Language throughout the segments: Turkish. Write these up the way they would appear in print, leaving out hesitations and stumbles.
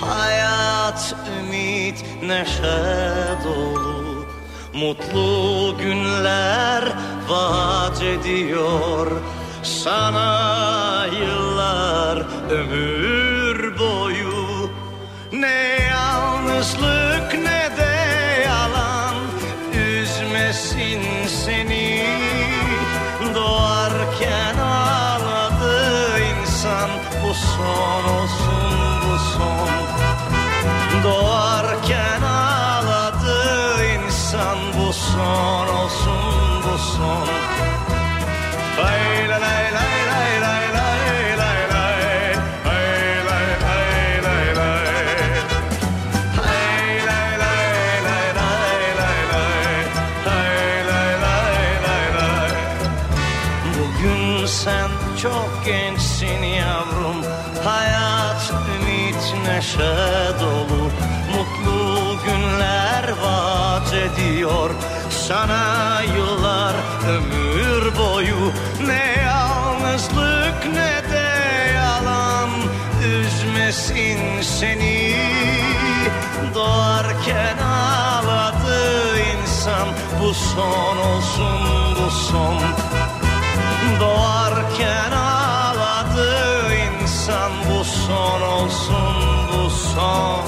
Hayat, ümit, neşe dolu, mutlu günler vaat ediyor. Sana yıllar, ömür boyu, ne yalnızlık ne de yalan üzmesin seni. Doğarken ağladı insan, bu son olsun bu son. Doğarken ağladı insan, bu son olsun bu son. Lay lay lay lay lay lay lay lay. Lay lay lay lay lay. Lay lay lay lay lay lay lay. Lay lay lay lay lay. Bugün sen çok gençsin yavrum. Hayat, ümit, neşe dolu, mutlu günler vaat ediyor. Sana yıllar, ömür boyu, ne yalnızlık ne de yalan üzmesin seni. Doğarken ağladı insan, bu son olsun bu son. Doğarken ağladı insan, bu son olsun bu son.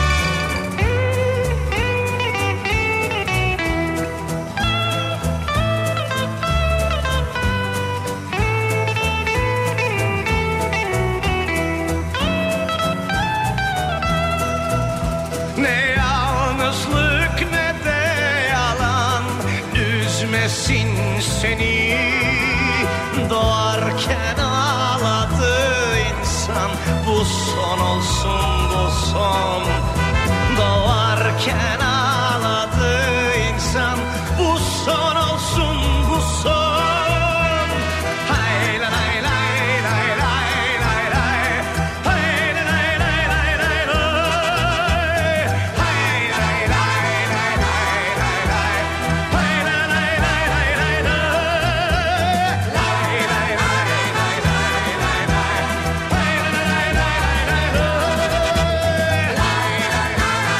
Ne yalnızlık ne de yalan üzmesin seni. Doğarken ağladı insan, bu son olsun bu son. Doğarken ağladı insan, bu son olsun bu son. Hay la lay lay lay lay lay lay. Hay la lay lay lay lay lay. Hay lay lay lay lay lay lay. Hay la lay lay lay lay lay. Lay lay lay lay lay lay lay. Hay la lay lay lay lay lay. Lay lay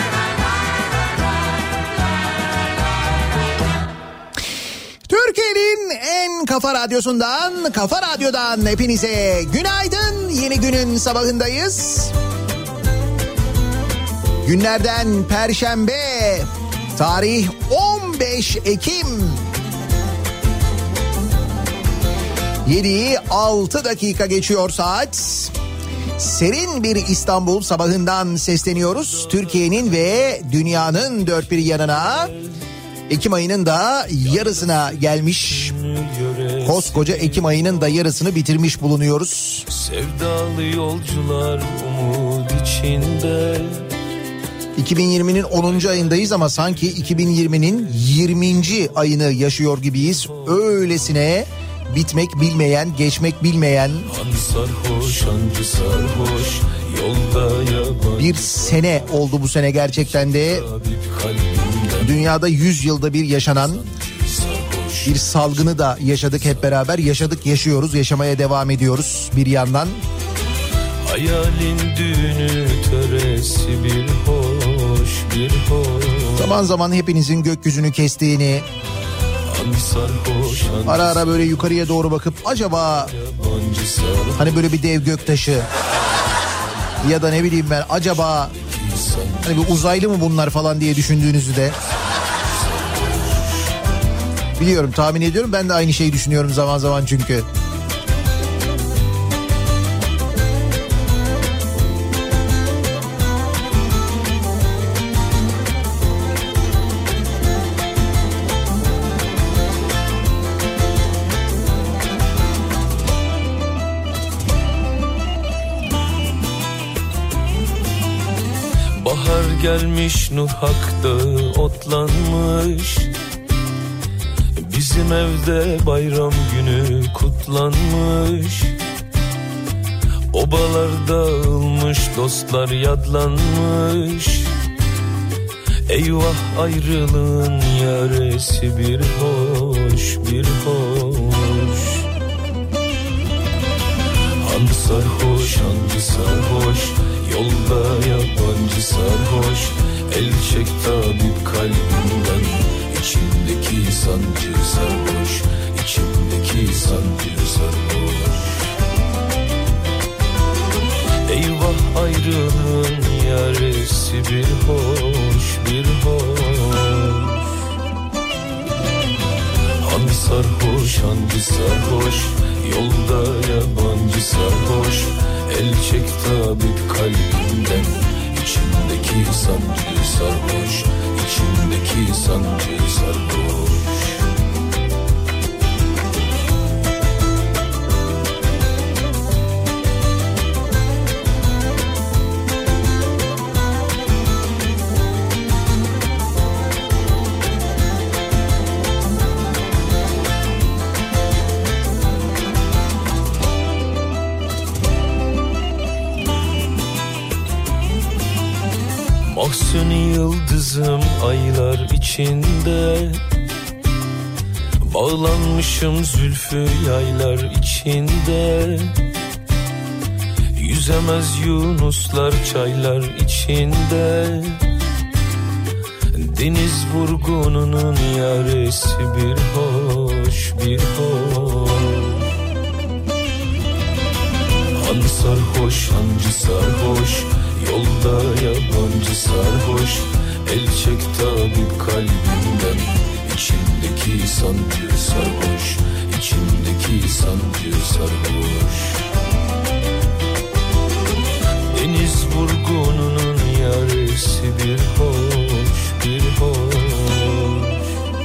lay lay lay. Türkiye'nin en kafa radyosundan, Kafa Radyo'dan hepinize günaydın. Yeni günün sabahındayız. Günlerden Perşembe, tarih 15 Ekim. 7'yi 6 dakika geçiyor saat. Serin bir İstanbul sabahından sesleniyoruz. Türkiye'nin ve dünyanın dört bir yanına. Ekim ayının da yarısına gelmiş. Koskoca Ekim ayının da yarısını bitirmiş bulunuyoruz. Sevdalı yolcular umut içinde. 2020'nin 10. ayındayız ama sanki 2020'nin 20. ayını yaşıyor gibiyiz. Öylesine bitmek bilmeyen, geçmek bilmeyen Sarhoş, hancı sarhoş, yolda yabancı. bir sene oldu bu sene gerçekten de. Dünyada 100 yılda bir yaşanan bir salgını da yaşadık hep beraber. Yaşadık, yaşıyoruz, yaşamaya devam ediyoruz bir yandan. Hayalin düğünü töresi bir hoş, bir hoş. Zaman zaman hepinizin gökyüzünü kestiğini, Sarhoş, ara ara böyle yukarıya doğru bakıp acaba hani böyle bir dev göktaşı ya da ne bileyim ben acaba hani bir uzaylı mı bunlar falan diye düşündüğünüzü de biliyorum, tahmin ediyorum. Ben de aynı şeyi düşünüyorum zaman zaman çünkü. Bahar gelmiş, Nur Hak Dağı otlanmış. Bizim evde bayram günü kutlanmış. Obalar dağılmış, dostlar yadlanmış. Eyvah ayrılığın yaresi bir hoş, bir hoş. Hancı sarhoş, hancı sarhoş, yolda yabancı. kalbimden. İçimdeki sancı sarhoş, içimdeki sancı sarhoş. Eyvah ayrılığın yaresi bir hoş, bir hoş. Hangi sarhoş, hangi sarhoş, yolda yabancı sarhoş. El çek tabip kalbimden, içimdeki sancı sarhoş, içimdeki sancı sarhoş. Mahzuni yıldızım aylar içinde, bağlanmışım zülfü yaylar içinde. Yüzemez yunuslar çaylar içinde. Deniz vurgununun yaresi bir hoş, bir hoş. Hangi sarhoş, hangi sarhoş, yolda yabancı sarhoş. El çek tabip kalbimden, içimdeki sancı sarhoş, içimdeki sancı sarhoş. Deniz vurgununun yaresi bir hoş, bir hoş.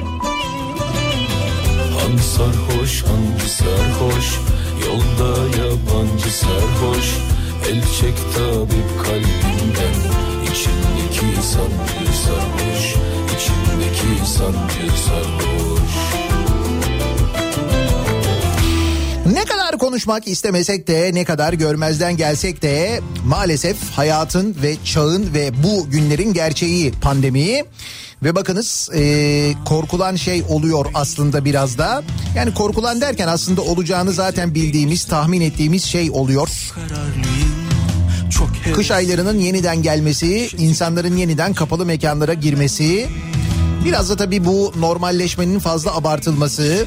Hangi sarhoş, hangi sarhoş, yolda yabancı sarhoş. El çek tabip kalbimden, içimdeki sancı sarhoş, içimdeki sancı sarhoş. Ne kadar konuşmak istemesek de, ne kadar görmezden gelsek de maalesef hayatın ve çağın ve bu günlerin gerçeği pandemi. Ve bakınız korkulan şey oluyor aslında biraz da. Yani korkulan derken aslında olacağını zaten bildiğimiz, tahmin ettiğimiz şey oluyor. Kış aylarının yeniden gelmesi, insanların yeniden kapalı mekanlara girmesi, biraz da tabii bu normalleşmenin fazla abartılması,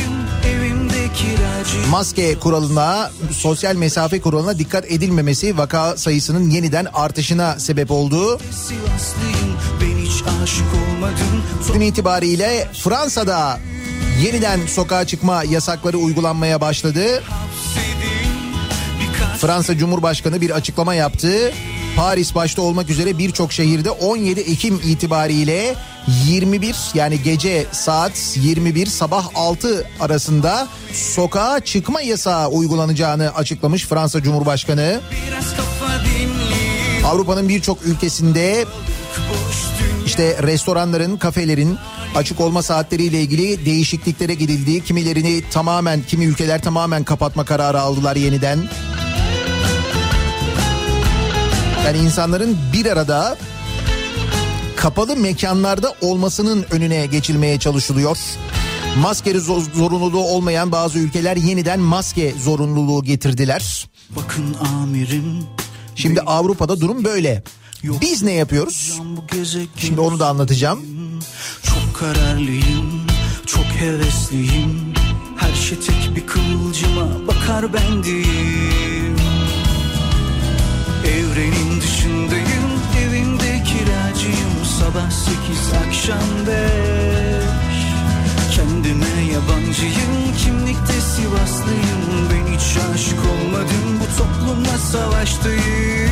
maske kuralına, sosyal mesafe kuralına dikkat edilmemesi vaka sayısının yeniden artışına sebep oldu. Dün itibariyle Fransa'da yeniden sokağa çıkma yasakları uygulanmaya başladı. Fransa Cumhurbaşkanı bir açıklama yaptı. Paris başta olmak üzere birçok şehirde 17 Ekim itibariyle 21 yani gece saat 21 sabah 6 arasında sokağa çıkma yasağı uygulanacağını açıklamış Fransa Cumhurbaşkanı. Avrupa'nın birçok ülkesinde işte restoranların, kafelerin açık olma saatleriyle ilgili değişikliklere gidildi. Kimilerini tamamen, kimi ülkeler tamamen kapatma kararı aldılar yeniden. Yani insanların bir arada kapalı mekanlarda olmasının önüne geçilmeye çalışılıyor. Maske zorunluluğu olmayan bazı ülkeler yeniden maske zorunluluğu getirdiler. Bakın amirim. Şimdi Avrupa'da durum böyle. Biz ne yapıyoruz? Şimdi onu da anlatacağım. Çok kararlıyım, çok hevesliyim. Her şey tek bir kıvılcıma bakar bendeyim. Evrenin dışındayım, evimde kiracıyım. Sabah 8, akşam 5. Kendime yabancıyım, kimlikte Sivaslıyım. Ben hiç aşık olmadım, bu toplumla savaştayım.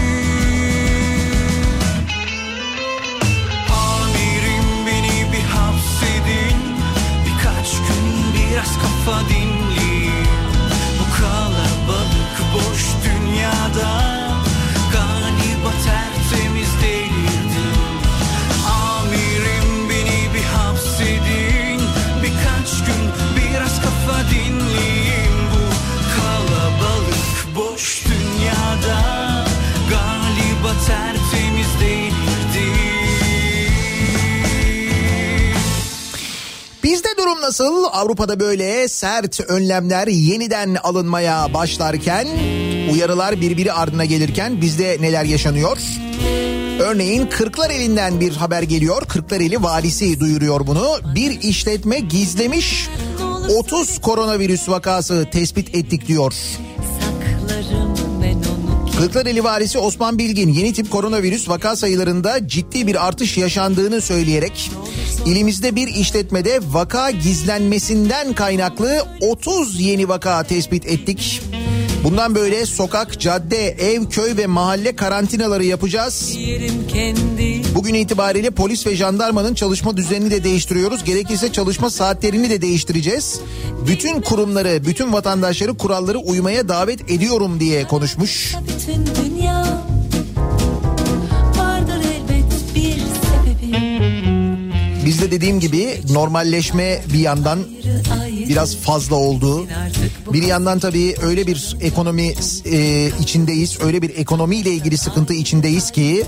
Amirim beni bir hapsedin, birkaç gün biraz kafa dinleyin. Bu kalabalık boş dünyada galiba tertemiz değildim. Amirim beni bir hapsedin, birkaç gün biraz kafa dinleyin. Bu kalabalık boş dünyada galiba tertemiz değildim. Bizde durum nasıl? Avrupa'da böyle sert önlemler yeniden alınmaya başlarken, uyarılar birbiri ardına gelirken bizde neler yaşanıyor? Örneğin Kırklareli'nden bir haber geliyor. Kırklareli valisi duyuruyor bunu. Bir işletme gizlemiş 30 koronavirüs vakası tespit ettik diyor. Kırklareli valisi Osman Bilgin yeni tip koronavirüs vaka sayılarında ciddi bir artış yaşandığını söyleyerek ilimizde bir işletmede vaka gizlenmesinden kaynaklı 30 yeni vaka tespit ettik. Bundan böyle sokak, cadde, ev, köy ve mahalle karantinaları yapacağız. Bugün itibariyle polis ve jandarmanın çalışma düzenini de değiştiriyoruz. Gerekirse çalışma saatlerini de değiştireceğiz. Bütün kurumları, bütün vatandaşları kuralları uymaya davet ediyorum diye konuşmuş. Bütün dünya vardır elbet bir sebebi. Bizde dediğim gibi normalleşme bir yandan biraz fazla oldu. Bir yandan tabii öyle bir ekonomi içindeyiz, öyle bir ekonomiyle ilgili sıkıntı içindeyiz ki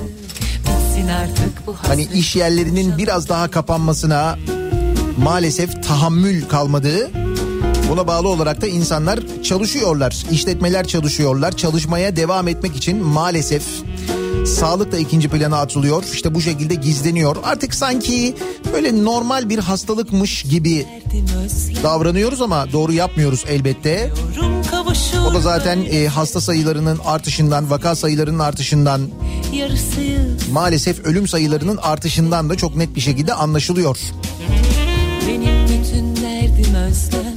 hani iş yerlerinin biraz daha kapanmasına maalesef tahammül kalmadı. Buna bağlı olarak da insanlar çalışıyorlar, işletmeler çalışıyorlar. Çalışmaya devam etmek için maalesef sağlık da ikinci plana atılıyor. İşte bu şekilde gizleniyor. Artık sanki böyle normal bir hastalıkmış gibi davranıyoruz ama doğru yapmıyoruz elbette. O da zaten hasta sayılarının artışından, vaka sayılarının artışından, maalesef ölüm sayılarının artışından da çok net bir şekilde anlaşılıyor. Benim bütün derdim özlem.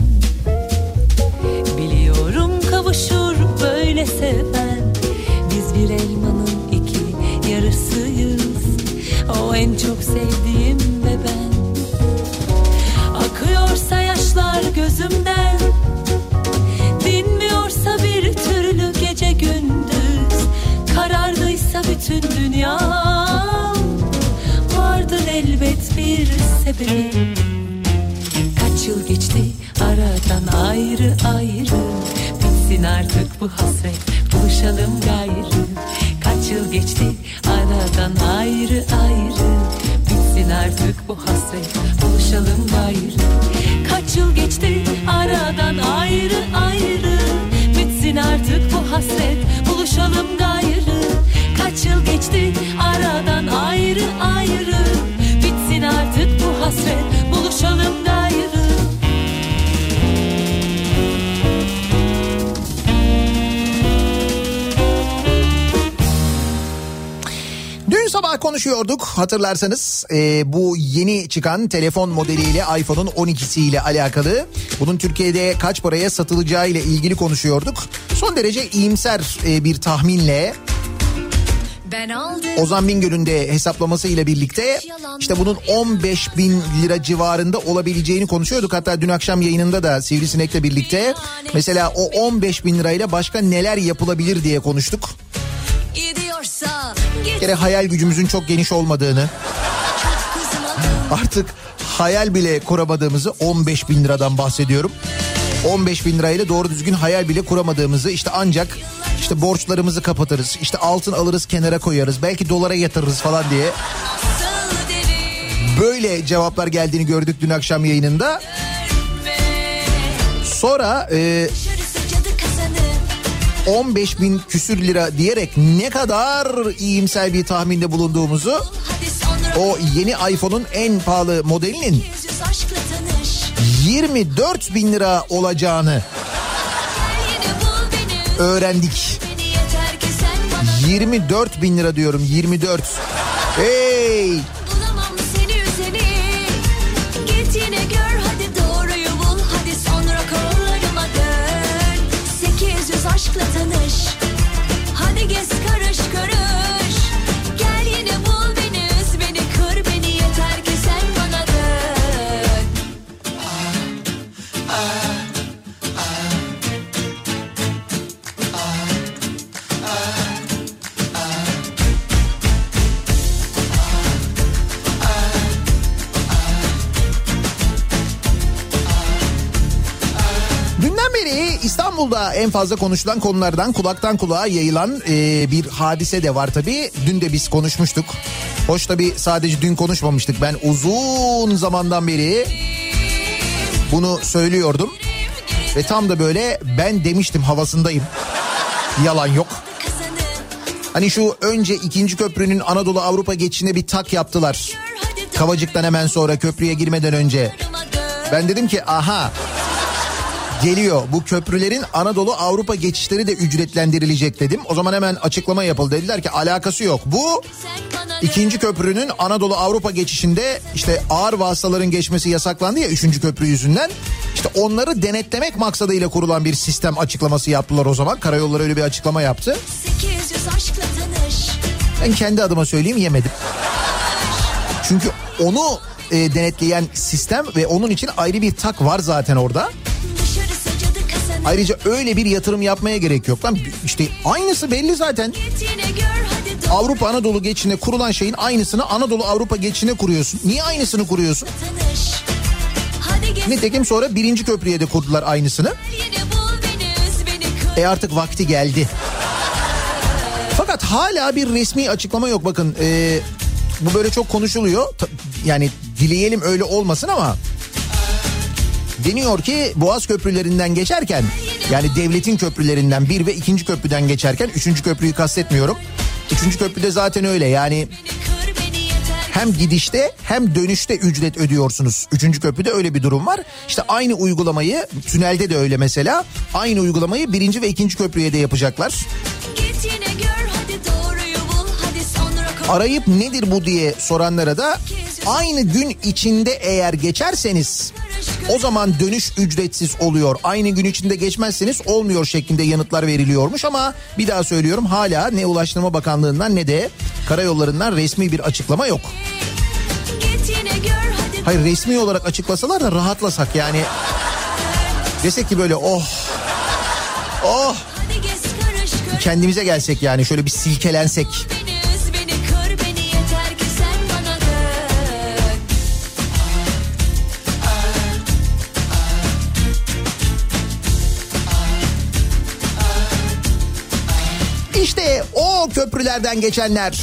Biliyorum kavuşur böyle seven. Biz bir elmanın iki yarısıyız. O en çok sevdiğim ve ben. Akıyorsa yaşlar gözümden, dinmiyorsa bir türlü gece gündüz, karardıysa bütün dünya, vardır elbet bir sebebi. Kaç yıl geçti aradan ayrı ayrı, bitsin artık bu hasret, buluşalım gayrı. Kaç yıl geçti aradan ayrı ayrı, bitsin artık bu hasret, buluşalım gayrı. Kaç yıl geçti aradan ayrı ayrı, bitsin artık bu hasret, buluşalım gayrı. Kaç yıl geçti aradan ayrı ayrı, bitsin artık bu hasret, buluşalım gayrı. Dün sabah konuşuyorduk hatırlarsanız bu yeni çıkan telefon modeliyle iPhone'un 12'siyle alakalı. Bunun Türkiye'de kaç paraya satılacağı ile ilgili konuşuyorduk. Son derece iyimser bir tahminle Ozan Bingöl'ün de hesaplamasıyla birlikte işte bunun 15 bin lira civarında olabileceğini konuşuyorduk. Hatta dün akşam yayınında da Sivrisinek'le birlikte mesela o 15 bin lirayla başka neler yapılabilir diye konuştuk. Bir kere hayal gücümüzün çok geniş olmadığını, artık hayal bile kuramadığımızı, 15 bin liradan bahsediyorum. 15 bin lirayla doğru düzgün hayal bile kuramadığımızı, işte ancak işte borçlarımızı kapatırız, işte altın alırız kenara koyarız, belki dolara yatırırız falan diye böyle cevaplar geldiğini gördük dün akşam yayınında. Sonra 15 bin küsür lira diyerek ne kadar iyimser bir tahminde bulunduğumuzu, o yeni iPhone'un en pahalı modelinin 24 bin lira olacağını öğrendik. 24 bin lira diyorum, 24. Hey! Bulamam seni üzeni. Git yine gör hadi doğruyu bul. Hadi sonra kollarıma dön. 800 aşkla tanış. Hadi gez karış karış. Gel yine bul beni, üz beni, kır beni. Yeter ki sen bana dön. Dünden beri İstanbul'da en fazla konuşulan konulardan, kulaktan kulağa yayılan bir hadise de var tabii. Dün de biz konuşmuştuk. Hoş tabii sadece dün konuşmamıştık. Ben uzun zamandan beri bunu söylüyordum. Ve tam da böyle ben demiştim havasındayım. Yalan yok. Hani şu önce 2. köprünün Anadolu Avrupa geçişine bir tak yaptılar. Kavacık'tan hemen sonra, köprüye girmeden önce. Ben dedim ki aha geliyor, bu köprülerin Anadolu Avrupa geçişleri de ücretlendirilecek dedim. O zaman hemen açıklama yapıldı, dediler ki alakası yok. Bu 2. köprünün Anadolu Avrupa geçişinde işte ağır vasıtaların geçmesi yasaklandı ya 3. köprü yüzünden. İşte onları denetlemek maksadıyla kurulan bir sistem açıklaması yaptılar o zaman. Karayolları öyle bir açıklama yaptı. Ben kendi adıma söyleyeyim, yemedim. Çünkü onu denetleyen sistem ve onun için ayrı bir tak var zaten orada. Ayrıca öyle bir yatırım yapmaya gerek yok. Lan işte aynısı belli zaten. Avrupa Anadolu geçişine kurulan şeyin aynısını Anadolu Avrupa geçişine kuruyorsun. Niye aynısını kuruyorsun? Nitekim sonra 1. köprüye de kurdular aynısını. Artık vakti geldi. Fakat hala bir resmi açıklama yok. Bakın bu böyle çok konuşuluyor. Yani dileyelim öyle olmasın ama deniyor ki Boğaz köprülerinden geçerken, yani devletin köprülerinden 1 ve 2. köprüden geçerken, 3. köprüyü kastetmiyorum. 3. köprüde zaten öyle, yani hem gidişte hem dönüşte ücret ödüyorsunuz. 3. köprüde öyle bir durum var. İşte aynı uygulamayı tünelde de öyle mesela. Aynı uygulamayı 1. ve 2. köprüye de yapacaklar. Arayıp nedir bu diye soranlara da aynı gün içinde eğer geçerseniz o zaman dönüş ücretsiz oluyor. Aynı gün içinde geçmezseniz olmuyor şeklinde yanıtlar veriliyormuş ama bir daha söylüyorum, hala ne Ulaştırma Bakanlığı'ndan ne de karayollarından resmi bir açıklama yok. Hayır, resmi olarak açıklasalar da rahatlasak, yani desek ki böyle oh kendimize gelsek, yani şöyle bir silkelensek. İşte o köprülerden geçenler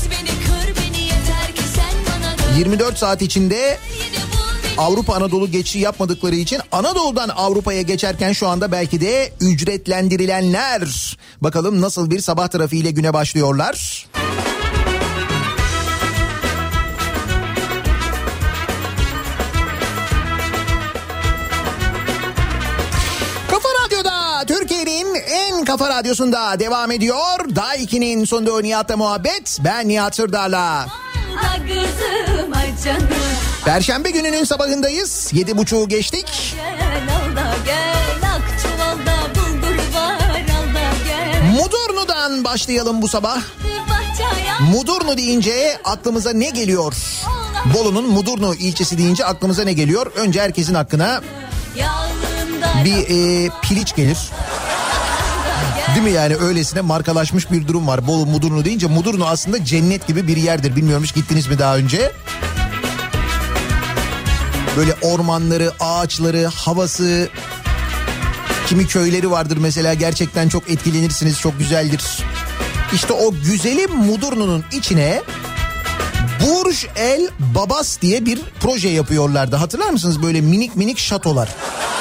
24 saat içinde Avrupa Anadolu geçişi yapmadıkları için Anadolu'dan Avrupa'ya geçerken şu anda belki de ücretlendirilenler. Bakalım nasıl bir sabah trafiğiyle güne başlıyorlar. Kafa Radyosu'nda devam ediyor. Daha 2'nin sonunda Nihat'la muhabbet. Ben Nihat Sırdar'la. Perşembe gününün sabahındayız. 7.30'u geçtik. Mudurnu'dan başlayalım bu sabah. Mudurnu deyince aklımıza ne geliyor? Bolu'nun Mudurnu ilçesi deyince aklımıza ne geliyor? Önce herkesin aklına bir piliç gelir. Değil mi, yani öylesine markalaşmış bir durum var. Bolu Mudurnu deyince, Mudurnu aslında cennet gibi bir yerdir. Bilmiyorum, hiç gittiniz mi daha önce? Böyle ormanları, ağaçları, havası, kimi köyleri vardır mesela, gerçekten çok etkilenirsiniz, çok güzeldir. İşte o güzelim Mudurnu'nun içine Burj El Babas diye bir proje yapıyorlardı. Hatırlar mısınız, böyle minik minik şatolar?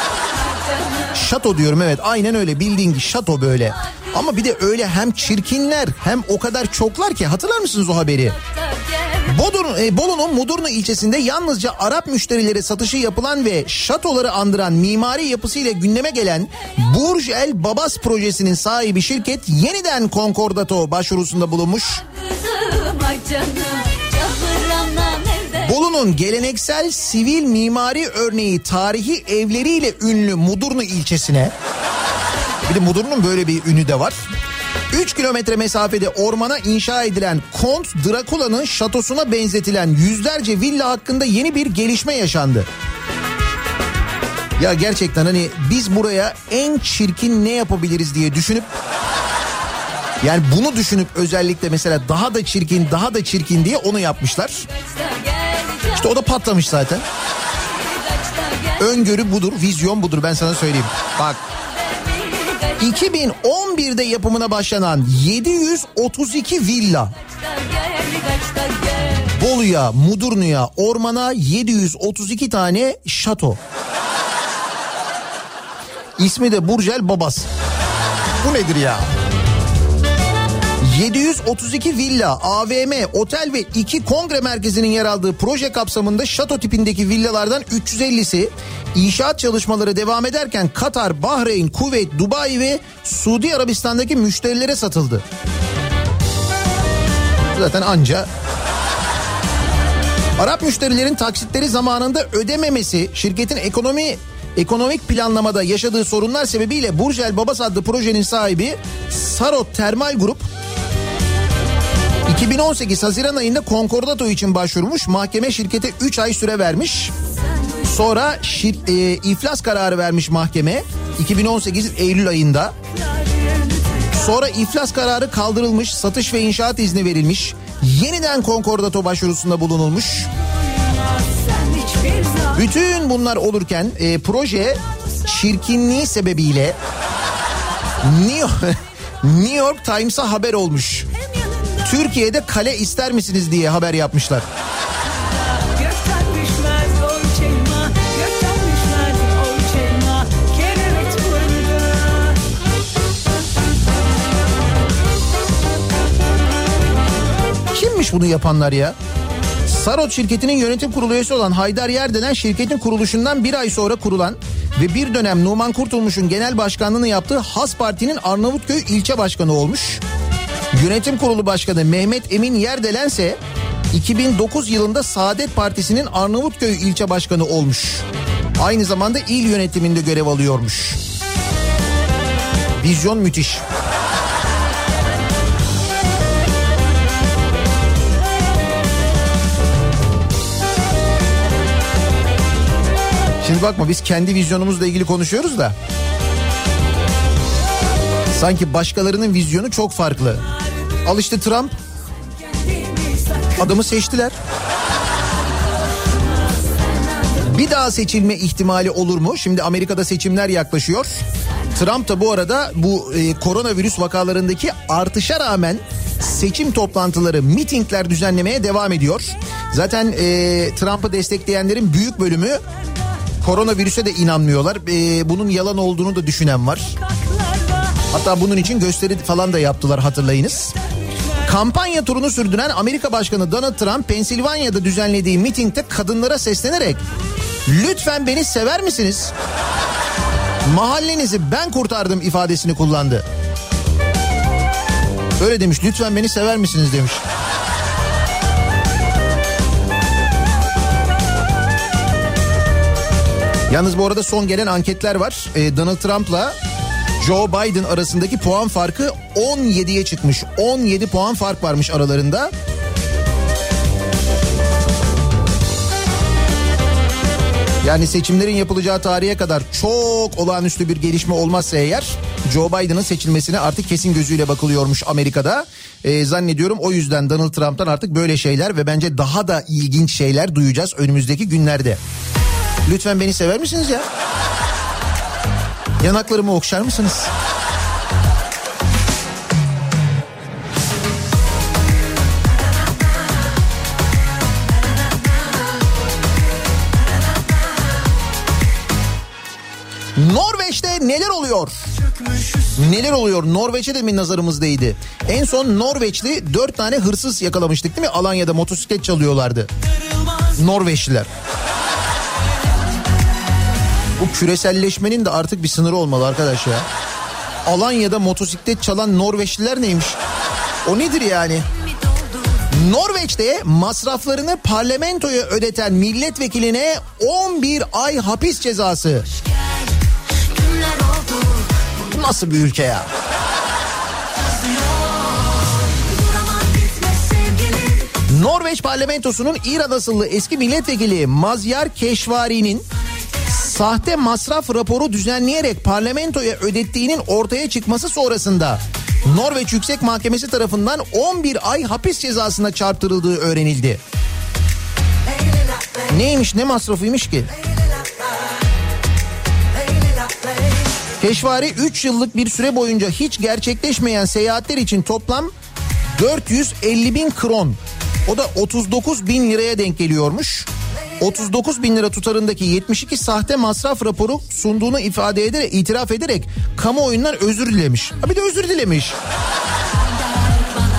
Şato diyorum, evet, aynen öyle, bildiğin gibi şato böyle. Ama bir de öyle hem çirkinler hem o kadar çoklar ki, hatırlar mısınız o haberi? Bolu'nun Mudurnu ilçesinde yalnızca Arap müşterilere satışı yapılan ve şatoları andıran mimari yapısıyla gündeme gelen Burj El Babas projesinin sahibi şirket yeniden konkordato başvurusunda bulunmuş. Bolu'nun geleneksel sivil mimari örneği tarihi evleriyle ünlü Mudurnu ilçesine, bir de Mudurnu'nun böyle bir ünü de var, 3 kilometre mesafede ormana inşa edilen Kont Drakula'nın şatosuna benzetilen yüzlerce villa hakkında yeni bir gelişme yaşandı. Ya gerçekten hani biz buraya en çirkin ne yapabiliriz diye düşünüp, yani bunu düşünüp özellikle mesela daha da çirkin diye onu yapmışlar. İşte o da patlamış zaten. Öngörü budur, vizyon budur, ben sana söyleyeyim. Bak, 2011'de yapımına başlanan 732 villa. Bolu'ya, Mudurnu'ya, ormana 732 tane şato. İsmi de Burj El Babas. Bu nedir ya? 732 villa, AVM, otel ve 2 kongre merkezinin yer aldığı proje kapsamında şato tipindeki villalardan 350'si inşaat çalışmaları devam ederken Katar, Bahreyn, Kuveyt, Dubai ve Suudi Arabistan'daki müşterilere satıldı. Zaten anca. Arap müşterilerin taksitleri zamanında ödememesi şirketin ekonomik planlamada yaşadığı sorunlar sebebiyle Burj El Babas adlı projenin sahibi Sarot Termal Grup 2018 Haziran ayında konkordato için başvurmuş. Mahkeme şirkete 3 ay süre vermiş. Sonra iflas kararı vermiş mahkeme 2018 Eylül ayında. Sonra iflas kararı kaldırılmış, satış ve inşaat izni verilmiş. Yeniden konkordato başvurusunda bulunulmuş. Bütün bunlar olurken proje çirkinliği sebebiyle New York Times'a haber olmuş. Türkiye'de kale ister misiniz diye haber yapmışlar. Kimmiş bunu yapanlar ya? Sarot şirketinin yönetim kurulu üyesi olan Haydar Yerdelen şirketin kuruluşundan bir ay sonra kurulan ve bir dönem Numan Kurtulmuş'un genel başkanlığını yaptığı Has Parti'nin Arnavutköy ilçe başkanı olmuş. Yönetim kurulu başkanı Mehmet Emin Yerdelen ise 2009 yılında Saadet Partisi'nin Arnavutköy ilçe başkanı olmuş. Aynı zamanda il yönetiminde görev alıyormuş. Vizyon müthiş. Şimdi bakma, biz kendi vizyonumuzla ilgili konuşuyoruz da sanki başkalarının vizyonu çok farklı. Al işte Trump, adamı seçtiler. Bir daha seçilme ihtimali olur mu? Şimdi Amerika'da seçimler yaklaşıyor. Trump da bu arada bu koronavirüs vakalarındaki artışa rağmen seçim toplantıları, mitingler düzenlemeye devam ediyor. Zaten Trump'ı destekleyenlerin büyük bölümü koronavirüse de inanmıyorlar. Bunun yalan olduğunu da düşünen var. Hatta bunun için gösteri falan da yaptılar, hatırlayınız. Kampanya turunu sürdüren Amerika Başkanı Donald Trump, Pensilvanya'da düzenlediği mitingde kadınlara seslenerek "Lütfen beni sever misiniz? Mahallenizi ben kurtardım" ifadesini kullandı. Öyle demiş, "Lütfen beni sever misiniz?" demiş. Yalnız bu arada son gelen anketler var. Donald Trump'la Joe Biden arasındaki puan farkı 17'ye çıkmış. 17 puan fark varmış aralarında. Yani seçimlerin yapılacağı tarihe kadar çok olağanüstü bir gelişme olmazsa eğer Joe Biden'ın seçilmesine artık kesin gözüyle bakılıyormuş Amerika'da. Zannediyorum o yüzden Donald Trump'tan artık böyle şeyler ve bence daha da ilginç şeyler duyacağız önümüzdeki günlerde. Lütfen beni sever misiniz ya? Yanaklarımı okşar mısınız? Norveç'te neler oluyor? Neler oluyor? Norveç'e de mi nazarımızdaydı? En son Norveçli 4 tane hırsız yakalamıştık değil mi? Alanya'da motosiklet çalıyorlardı. Norveçliler. Bu küreselleşmenin de artık bir sınırı olmalı arkadaş ya. Alanya'da motosiklet çalan Norveçliler neymiş? O nedir yani? Norveç'te masraflarını parlamentoya ödeten milletvekiline 11 ay hapis cezası. Nasıl bir ülke ya? Norveç parlamentosunun İran asıllı eski milletvekili Mazyar Keşvari'nin sahte masraf raporu düzenleyerek parlamentoya ödettiğinin ortaya çıkması sonrasında Norveç Yüksek Mahkemesi tarafından 11 ay hapis cezasına çarptırıldığı öğrenildi. Neymiş, ne masrafıymış ki? Keşvari 3 yıllık bir süre boyunca hiç gerçekleşmeyen seyahatler için toplam 450 bin kron, o da 39 bin liraya denk geliyormuş. 39 bin lira tutarındaki 72 sahte masraf raporu sunduğunu itiraf ederek kamuoyundan özür dilemiş. Ha bir de özür dilemiş.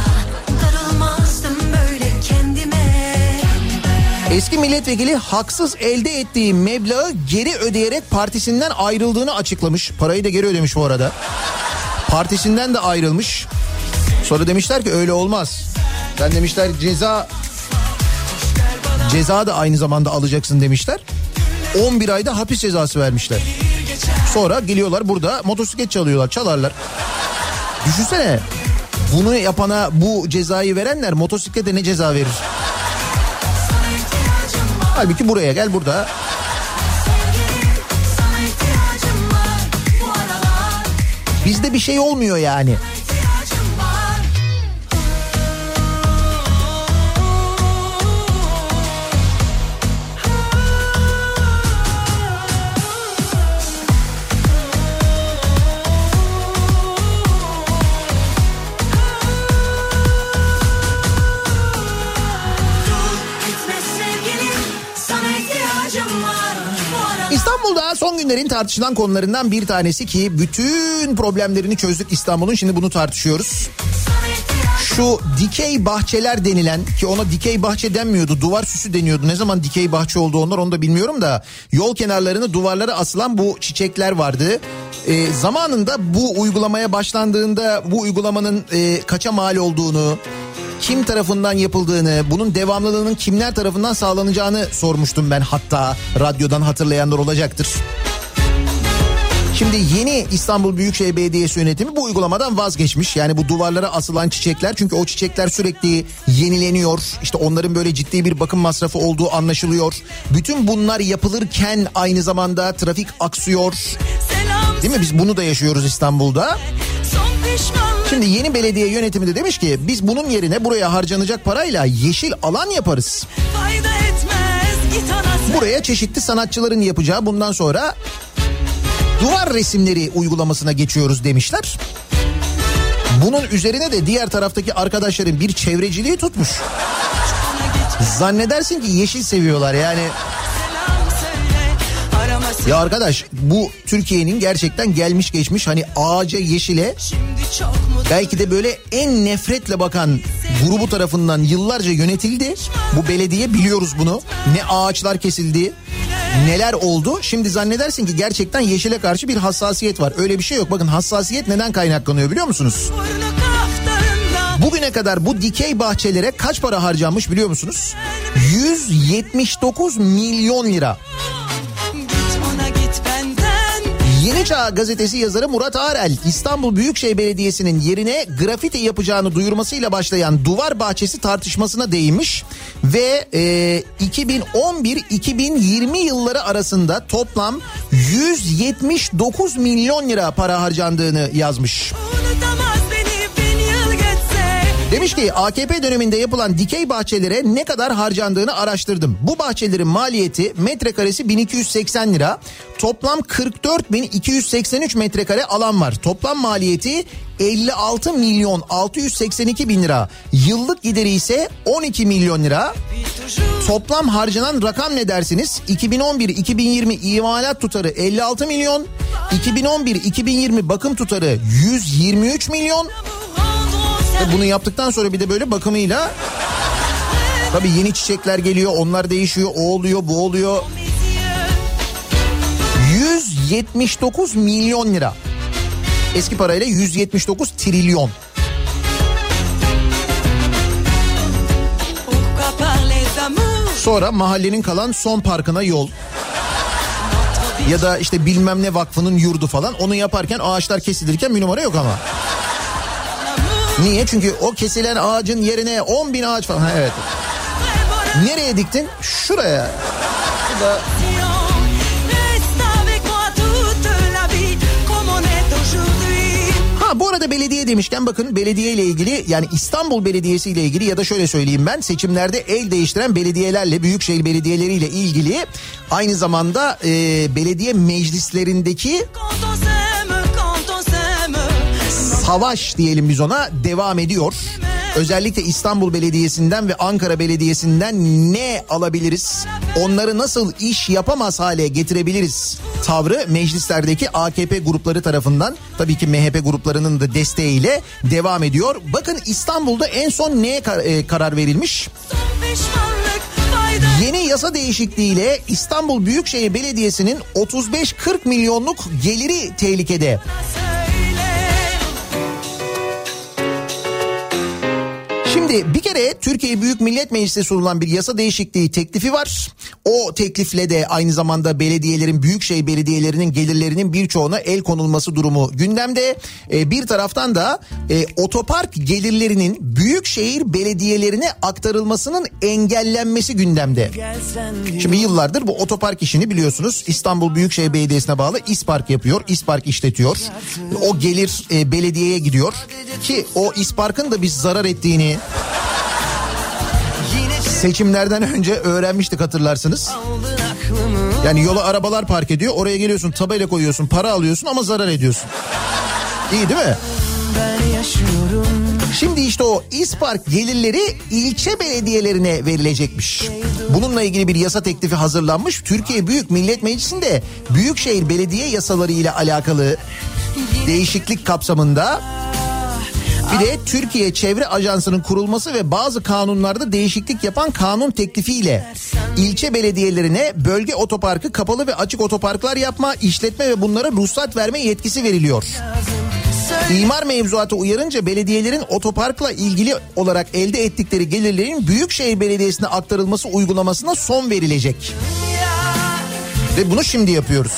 Eski milletvekili haksız elde ettiği meblağı geri ödeyerek partisinden ayrıldığını açıklamış. Parayı da geri ödemiş bu arada. Partisinden de ayrılmış. Sonra demişler ki öyle olmaz. Sen demişler ceza da aynı zamanda alacaksın demişler. 11 ayda hapis cezası vermişler. Sonra geliyorlar burada motosiklet çalarlar. Düşünsene, bunu yapana bu cezayı verenler motosiklete ne ceza verir? Halbuki buraya gel, burada. Bizde bir şey olmuyor yani. İstanbul'da son günlerin tartışılan konularından bir tanesi ki bütün problemlerini çözdük İstanbul'un, şimdi bunu tartışıyoruz. Şu dikey bahçeler denilen, ki ona dikey bahçe denmiyordu, duvar süsü deniyordu. Ne zaman dikey bahçe oldu onlar, onu da bilmiyorum da yol kenarlarını duvarlara asılan bu çiçekler vardı. Zamanında bu uygulamaya başlandığında bu uygulamanın kaça mal olduğunu, kim tarafından yapıldığını, bunun devamlılığının kimler tarafından sağlanacağını sormuştum ben, hatta radyodan hatırlayanlar olacaktır. Şimdi yeni İstanbul Büyükşehir Belediyesi yönetimi bu uygulamadan vazgeçmiş. Yani bu duvarlara asılan çiçekler, çünkü o çiçekler sürekli yenileniyor. İşte onların böyle ciddi bir bakım masrafı olduğu anlaşılıyor. Bütün bunlar yapılırken aynı zamanda trafik aksıyor. Değil mi? Biz bunu da yaşıyoruz İstanbul'da. Şimdi yeni belediye yönetimi de demiş ki biz bunun yerine buraya harcanacak parayla yeşil alan yaparız. Buraya çeşitli sanatçıların yapacağı bundan sonra duvar resimleri uygulamasına geçiyoruz demişler. Bunun üzerine de diğer taraftaki arkadaşların bir çevreciliği tutmuş. Zannedersin ki yeşil seviyorlar yani. Ya arkadaş, bu Türkiye'nin gerçekten gelmiş geçmiş hani ağaca, yeşile belki de böyle en nefretle bakan grubu tarafından yıllarca yönetildi. Bu belediye, biliyoruz bunu. Ne ağaçlar kesildi, neler oldu. Şimdi zannedersin ki gerçekten yeşile karşı bir hassasiyet var. Öyle bir şey yok. Bakın hassasiyet neden kaynaklanıyor biliyor musunuz? Bugüne kadar bu dikey bahçelere kaç para harcanmış biliyor musunuz? 179 milyon lira. Yeni Çağ gazetesi yazarı Murat Arel, İstanbul Büyükşehir Belediyesi'nin yerine grafiti yapacağını duyurmasıyla başlayan duvar bahçesi tartışmasına değinmiş ve 2011-2020 yılları arasında toplam 179 milyon lira para harcandığını yazmış. Demiş ki AKP döneminde yapılan dikey bahçelere ne kadar harcandığını araştırdım. Bu bahçelerin maliyeti metrekaresi 1280 lira. Toplam 44.283 metrekare alan var. Toplam maliyeti 56 milyon 682 bin lira. Yıllık gideri ise 12 milyon lira. Toplam harcanan rakam ne dersiniz? 2011-2020 imalat tutarı 56 milyon. 2011-2020 bakım tutarı 123 milyon. Bunu yaptıktan sonra bir de böyle bakımıyla tabii yeni çiçekler geliyor, onlar değişiyor, o oluyor, bu oluyor. 179 milyon lira. Eski parayla 179 trilyon. Sonra mahallenin kalan son parkına yol. Ya da işte bilmem ne vakfının yurdu falan, onu yaparken ağaçlar kesilirken bir numara yok ama. Niye? Çünkü o kesilen ağacın yerine 10 bin ağaç falan. Ha, evet. Nereye diktin? Şuraya. Şurada. Ha, bu arada belediye demişken bakın, belediye ile ilgili, yani İstanbul Belediyesi ile ilgili ya da şöyle söyleyeyim ben, seçimlerde el değiştiren belediyelerle, büyükşehir belediyeleriyle ilgili aynı zamanda belediye meclislerindeki savaş diyelim biz ona, devam ediyor. Özellikle İstanbul Belediyesi'nden ve Ankara Belediyesi'nden ne alabiliriz? Onları nasıl iş yapamaz hale getirebiliriz? Tavrı meclislerdeki AKP grupları tarafından, tabii ki MHP gruplarının da desteğiyle devam ediyor. Bakın İstanbul'da en son neye karar verilmiş? Yeni yasa değişikliğiyle İstanbul Büyükşehir Belediyesi'nin 35-40 milyonluk geliri tehlikede. Şimdi bir kere Türkiye Büyük Millet Meclisi'ne sunulan bir yasa değişikliği teklifi var. O teklifle de aynı zamanda belediyelerin, büyükşehir belediyelerinin gelirlerinin birçoğuna el konulması durumu gündemde. Bir taraftan da otopark gelirlerinin büyükşehir belediyelerine aktarılmasının engellenmesi gündemde. Şimdi yıllardır bu otopark işini biliyorsunuz İstanbul Büyükşehir Belediyesi'ne bağlı İSPARK yapıyor. İSPARK işletiyor. O gelir belediyeye gidiyor ki o İSPARK'ın da biz zarar ettiğini seçimlerden önce öğrenmiştik, hatırlarsınız. Yani yola arabalar park ediyor, oraya geliyorsun, tabela koyuyorsun, para alıyorsun ama zarar ediyorsun. İyi değil mi? Şimdi işte o İSPARK gelirleri ilçe belediyelerine verilecekmiş. Bununla ilgili bir yasa teklifi hazırlanmış. Türkiye Büyük Millet Meclisi'nde büyükşehir belediye yasaları ile alakalı değişiklik kapsamında bir de Türkiye Çevre Ajansı'nın kurulması ve bazı kanunlarda değişiklik yapan kanun teklifiyle ilçe belediyelerine bölge otoparkı, kapalı ve açık otoparklar yapma, işletme ve bunlara ruhsat verme yetkisi veriliyor. İmar mevzuatı uyarınca belediyelerin otoparkla ilgili olarak elde ettikleri gelirlerin Büyükşehir Belediyesi'ne aktarılması uygulamasına son verilecek. Ve bunu şimdi yapıyoruz.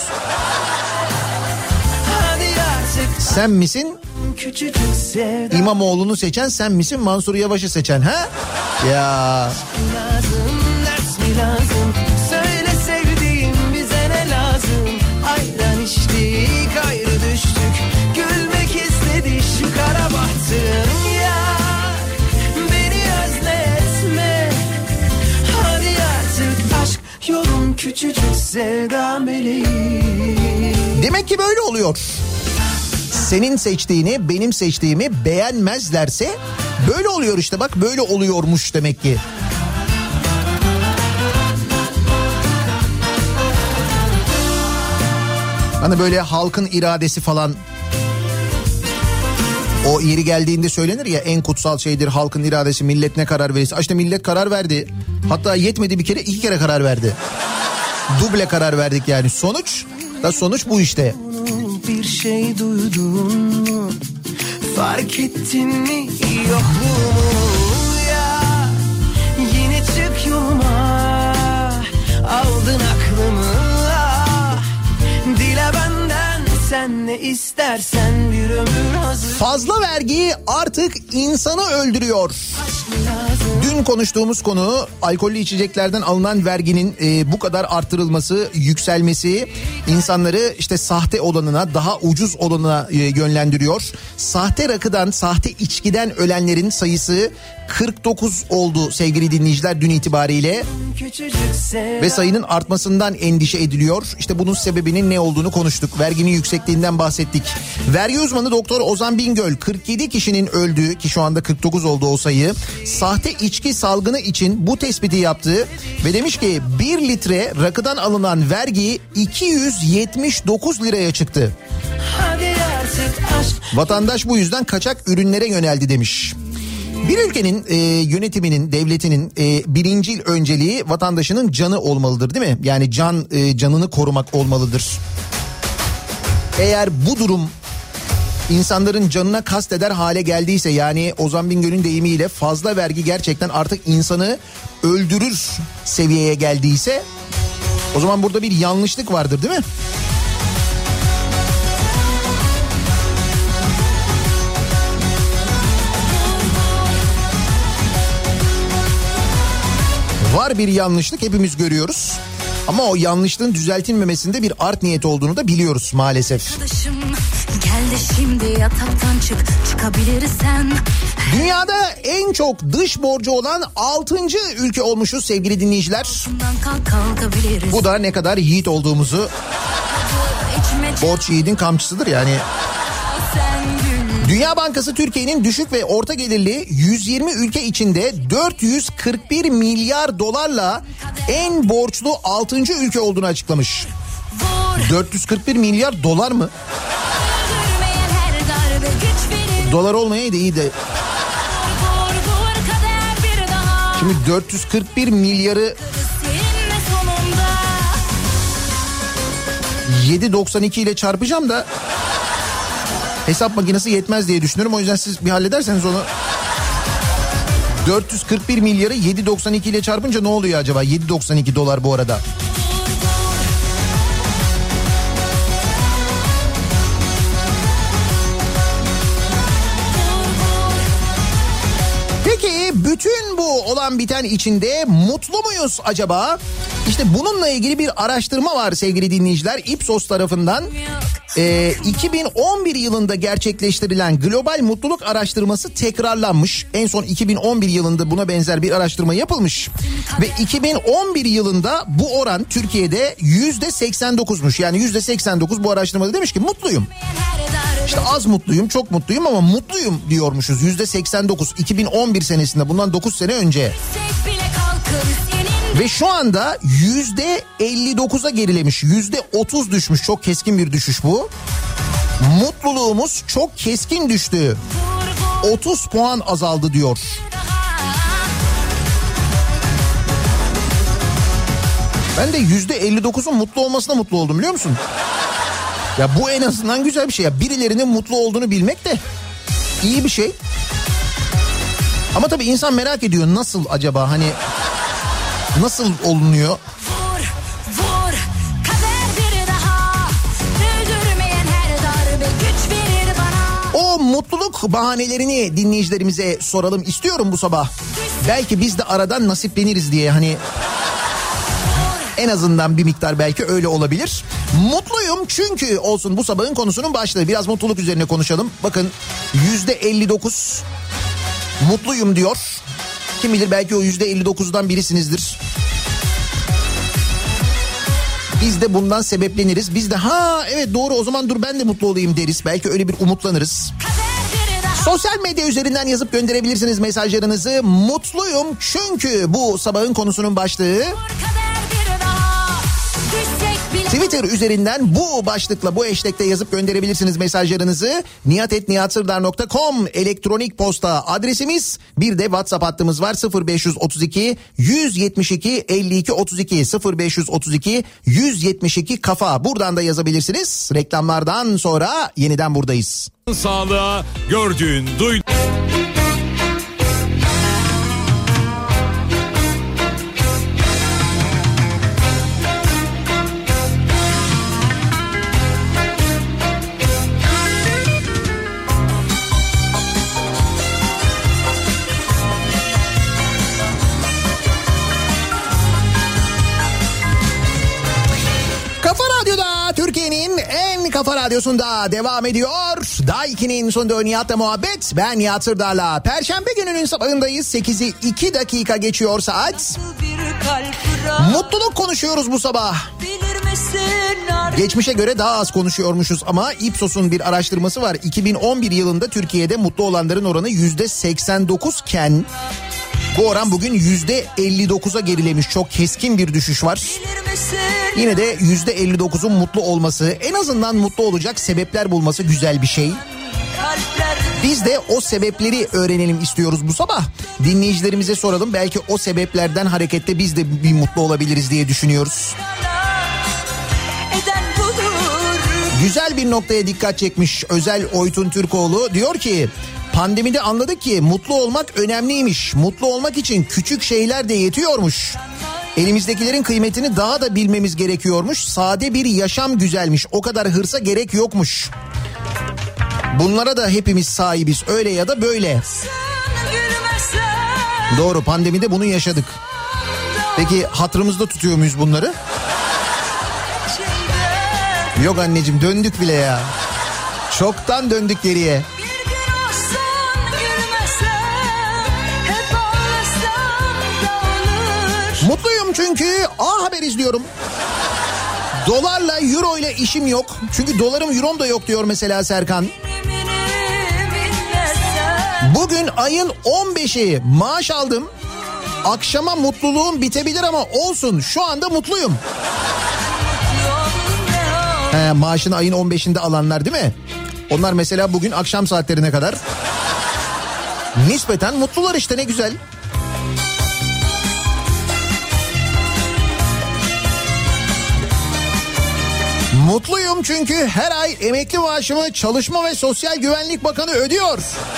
Sen misin? İmamoğlu'nu seçen sen misin? Mansur Yavaş'ı seçen ha? Ya. Söyle sevdiğim bize ne lazım? Ayran içtik ayrı düştük. Gülmek istedi şu kara bahtım ya. Beni özletme. Hadi artık aşk yolun küçücük sevda meleği. Demek ki böyle oluyor. Senin seçtiğini, benim seçtiğimi beğenmezlerse böyle oluyor işte, bak böyle oluyormuş demek ki. Hani böyle halkın iradesi falan, o yeri geldiğinde söylenir ya, en kutsal şeydir halkın iradesi, millet ne karar verirse. İşte millet karar verdi. Hatta yetmedi, bir kere 2 kere karar verdi. Duble karar verdik yani. Sonuç bu işte. Bir şey duydun mu? Fark ettin mi? Yok mu ya? Yine çık yoluma. Aldın aklımı. Dile benden sen ne istersen, bir ömür hazır. Fazla vergi artık insanı öldürüyor. Dün konuştuğumuz konu, alkollü içeceklerden alınan verginin bu kadar arttırılması, yükselmesi insanları işte sahte olanına, daha ucuz olanına yönlendiriyor. Sahte rakıdan, sahte içkiden ölenlerin sayısı 49 oldu sevgili dinleyiciler dün itibariyle. Ve sayının artmasından endişe ediliyor. İşte bunun sebebinin ne olduğunu konuştuk. Verginin yüksekliğinden bahsettik. Vergi uzmanı Doktor Ozan Bingöl 47 kişinin öldüğü, ki şu anda 49 oldu o sayı, sahte içki salgını için bu tespiti yaptı ve demiş ki 1 litre rakıdan alınan vergi 279 liraya çıktı. Vatandaş bu yüzden kaçak ürünlere yöneldi demiş. Bir ülkenin yönetiminin, devletinin birincil önceliği vatandaşının canı olmalıdır, değil mi? Yani canını korumak olmalıdır. Eğer bu durum insanların canına kasteder hale geldiyse, yani Ozan Bingöl'ün deyimiyle fazla vergi gerçekten artık insanı öldürür seviyeye geldiyse, o zaman burada bir yanlışlık vardır, değil mi? Var bir yanlışlık, hepimiz görüyoruz. Ama o yanlışlığın düzeltilmemesinde bir art niyet olduğunu da biliyoruz maalesef. Gel de şimdi yataktan çıkabilirsen. Dünyada en çok dış borcu olan 6. ülke olmuşuz sevgili dinleyiciler. Bu da ne kadar yiğit olduğumuzu, borç yiğidin kamçısıdır yani. Dünya Bankası Türkiye'nin düşük ve orta gelirli 120 ülke içinde 441 milyar dolarla en borçlu 6. ülke olduğunu açıklamış. 441 milyar dolar mı? Dolar olmayaydı iyi de. Şimdi 441 milyarı 7.92 ile çarpacağım da hesap makinesi yetmez diye düşünüyorum. O yüzden siz bir hallederseniz onu. 441 milyarı 7.92 ile çarpınca ne oluyor acaba? 7.92 dolar bu arada. Peki bütün bu olan biten içinde mutlu muyuz acaba? İşte bununla ilgili bir araştırma var sevgili dinleyiciler. Ipsos tarafından 2011 yılında gerçekleştirilen global mutluluk araştırması tekrarlanmış. En son 2011 yılında buna benzer bir araştırma yapılmış. Ve 2011 yılında bu oran Türkiye'de %89'muş. Yani %89 bu araştırmada demiş ki mutluyum. İşte az mutluyum, çok mutluyum ama mutluyum diyormuşuz. %89 2011 senesinde, bundan 9 sene önce. Ve şu anda %59'a gerilemiş, %30 düşmüş. Çok keskin bir düşüş bu. Mutluluğumuz çok keskin düştü. 30 puan azaldı diyor. Ben de %59'un mutlu olmasına mutlu oldum, biliyor musun? Ya bu en azından güzel bir şey ya. Birilerinin mutlu olduğunu bilmek de iyi bir şey. Ama tabii insan merak ediyor, nasıl acaba, hani nasıl olunuyor? Vur, kader bir daha, öldürmeyen her darbe güç verir bana. O mutluluk bahanelerini dinleyicilerimize soralım istiyorum bu sabah. Belki biz de aradan nasipleniriz diye, hani en azından bir miktar belki öyle olabilir. Mutluyum çünkü olsun bu sabahın konusunun başlığı. Biraz mutluluk üzerine konuşalım. Bakın %59 mutluyum diyor. Kim bilir belki o %59'dan birisinizdir. Biz de bundan sebepleniriz. Biz de evet doğru, o zaman dur ben de mutlu olayım deriz. Belki öyle bir umutlanırız. Sosyal medya üzerinden yazıp gönderebilirsiniz mesajlarınızı. Mutluyum çünkü bu sabahın konusunun başlığı. Twitter üzerinden bu başlıkla, bu hashtag'te yazıp gönderebilirsiniz mesajlarınızı. nihat@nihatsırdar.com elektronik posta adresimiz. Bir de WhatsApp hattımız var, 0532 172 52 32 0532 172 kafa. Buradan da yazabilirsiniz. Reklamlardan sonra yeniden buradayız. Sağlığa gördüğün, duyduğun. Kafa Radyosu'nda devam ediyor. Daiki'nin sonunda Nihat'la muhabbet. Ben Nihat Sırdar'la. Perşembe gününün sabahındayız. 8'i 2 dakika geçiyor saat. Mutluluk konuşuyoruz bu sabah. Geçmişe göre daha az konuşuyormuşuz ama Ipsos'un bir araştırması var. 2011 yılında Türkiye'de mutlu olanların oranı %89 iken bu oran bugün %59'a gerilemiş. Çok keskin bir düşüş var. Yine de %59'un mutlu olması, en azından mutlu olacak sebepler bulması güzel bir şey. Biz de o sebepleri öğrenelim istiyoruz bu sabah. Dinleyicilerimize soralım, belki o sebeplerden hareketle biz de bir mutlu olabiliriz diye düşünüyoruz. Güzel bir noktaya dikkat çekmiş Özel Oytun Türkoğlu. Diyor ki pandemide anladık ki mutlu olmak önemliymiş. Mutlu olmak için küçük şeyler de yetiyormuş. Elimizdekilerin kıymetini daha da bilmemiz gerekiyormuş. Sade bir yaşam güzelmiş. O kadar hırsa gerek yokmuş. Bunlara da hepimiz sahibiz, öyle ya da böyle. Doğru, pandemide bunu yaşadık. Peki hatırımızda tutuyor muyuz bunları? Yok anneciğim, döndük bile ya. Çoktan döndük geriye. Mutluyum çünkü A Haber izliyorum. Dolarla, euro ile işim yok. Çünkü dolarım, eurom da yok diyor mesela Serkan. Bugün ayın 15'i, maaş aldım. Akşama mutluluğum bitebilir ama olsun, şu anda mutluyum. Maaşını ayın 15'inde alanlar değil mi? Onlar mesela bugün akşam saatlerine kadar nispeten mutlular işte, ne güzel. Mutluyum çünkü her ay emekli maaşımı Çalışma ve Sosyal Güvenlik Bakanı ödüyor.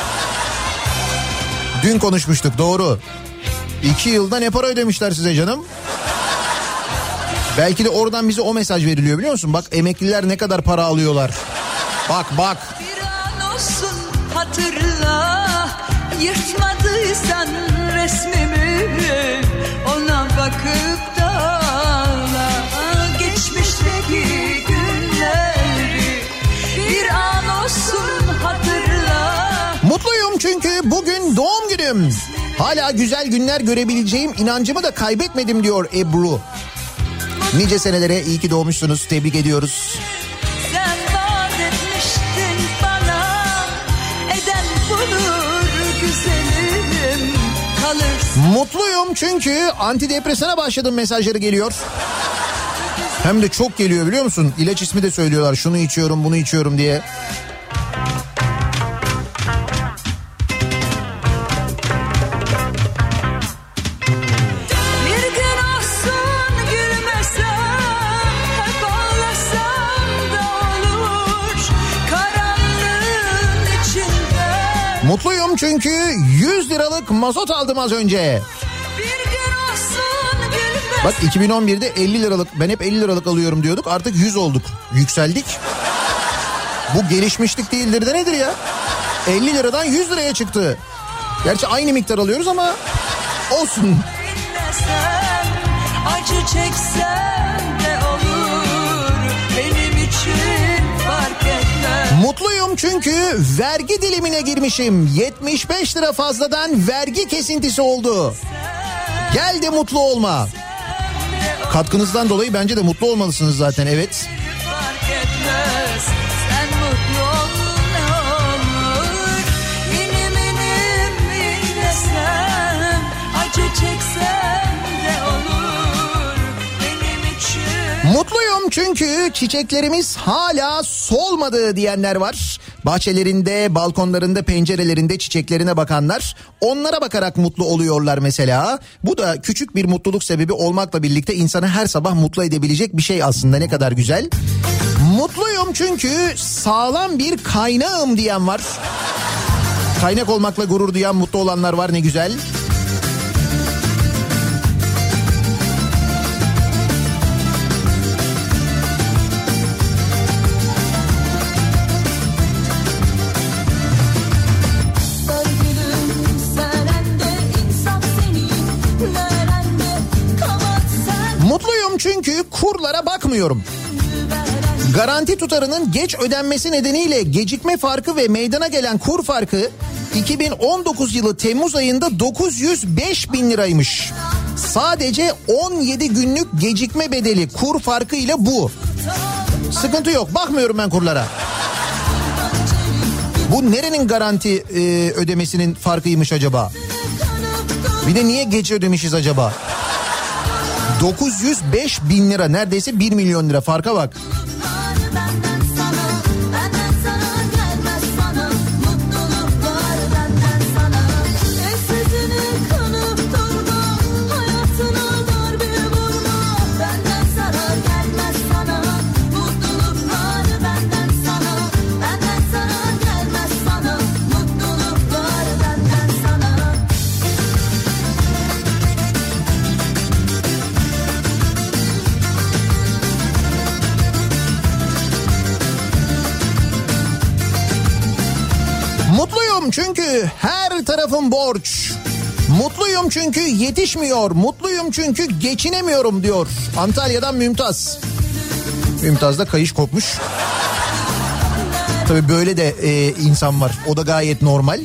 Dün konuşmuştuk, doğru. 2 yılda ne para ödemişler size canım? Belki de oradan bize o mesaj veriliyor, biliyor musun? Bak emekliler ne kadar para alıyorlar. Bak. Bir an olsun hatırla, yırtmadıysan resmimi, ona bakıp da ağla. Geçmişteki günleri bir an olsun hatırla. Mutluyum çünkü bugün doğum günüm. Hala güzel günler görebileceğim inancımı da kaybetmedim diyor Ebru. Nice senelere iyi ki doğmuşsunuz, tebrik ediyoruz. Sen vaat etmiştin bana, eden bulur güzelim, kalırsın. Mutluyum çünkü antidepresana başladım mesajları geliyor. Hem de çok geliyor, biliyor musun? İlaç ismi de söylüyorlar, şunu içiyorum bunu içiyorum diye. Mutluyum çünkü 100 liralık mazot aldım az önce. Bak 2011'de 50 liralık, ben hep 50 liralık alıyorum diyorduk, artık 100 olduk. Yükseldik. Bu gelişmişlik değildir de nedir ya? 50 liradan 100 liraya çıktı. Gerçi aynı miktar alıyoruz ama olsun. Acı çeksen de olur, benim için fark etmez. Mutluyum çünkü vergi dilimine girmişim. 75 lira fazladan vergi kesintisi oldu. Gel de mutlu olma. Katkınızdan dolayı bence de mutlu olmalısınız zaten, evet. Fark etmez, sen mutlu ol ne olur. Benim inlesem, acı çeksem de olur, benim için. Mutluyum çünkü çiçeklerimiz hala solmadı diyenler var. Bahçelerinde, balkonlarında, pencerelerinde çiçeklerine bakanlar, onlara bakarak mutlu oluyorlar mesela. Bu da küçük bir mutluluk sebebi olmakla birlikte insanı her sabah mutlu edebilecek bir şey aslında, ne kadar güzel. Mutluyum çünkü sağlam bir kaynağım diyen var. Kaynak olmakla gurur duyan, mutlu olanlar var, ne güzel. Mutluyum çünkü kurlara bakmıyorum. Garanti tutarının geç ödenmesi nedeniyle gecikme farkı ve meydana gelen kur farkı 2019 yılı Temmuz ayında 905 bin liraymış. Sadece 17 günlük gecikme bedeli kur farkı ile bu. Sıkıntı yok, bakmıyorum ben kurlara. Bu nerenin garanti ödemesinin farkıymış acaba? Bir de niye geç ödemişiz acaba? 905 bin lira, neredeyse 1 milyon lira, farka bak. Mutluyum çünkü her tarafım borç. Mutluyum çünkü yetişmiyor. Mutluyum çünkü geçinemiyorum diyor Antalya'dan Mümtaz. Mümtaz'da kayış kopmuş. Tabii böyle de insan var. O da gayet normal.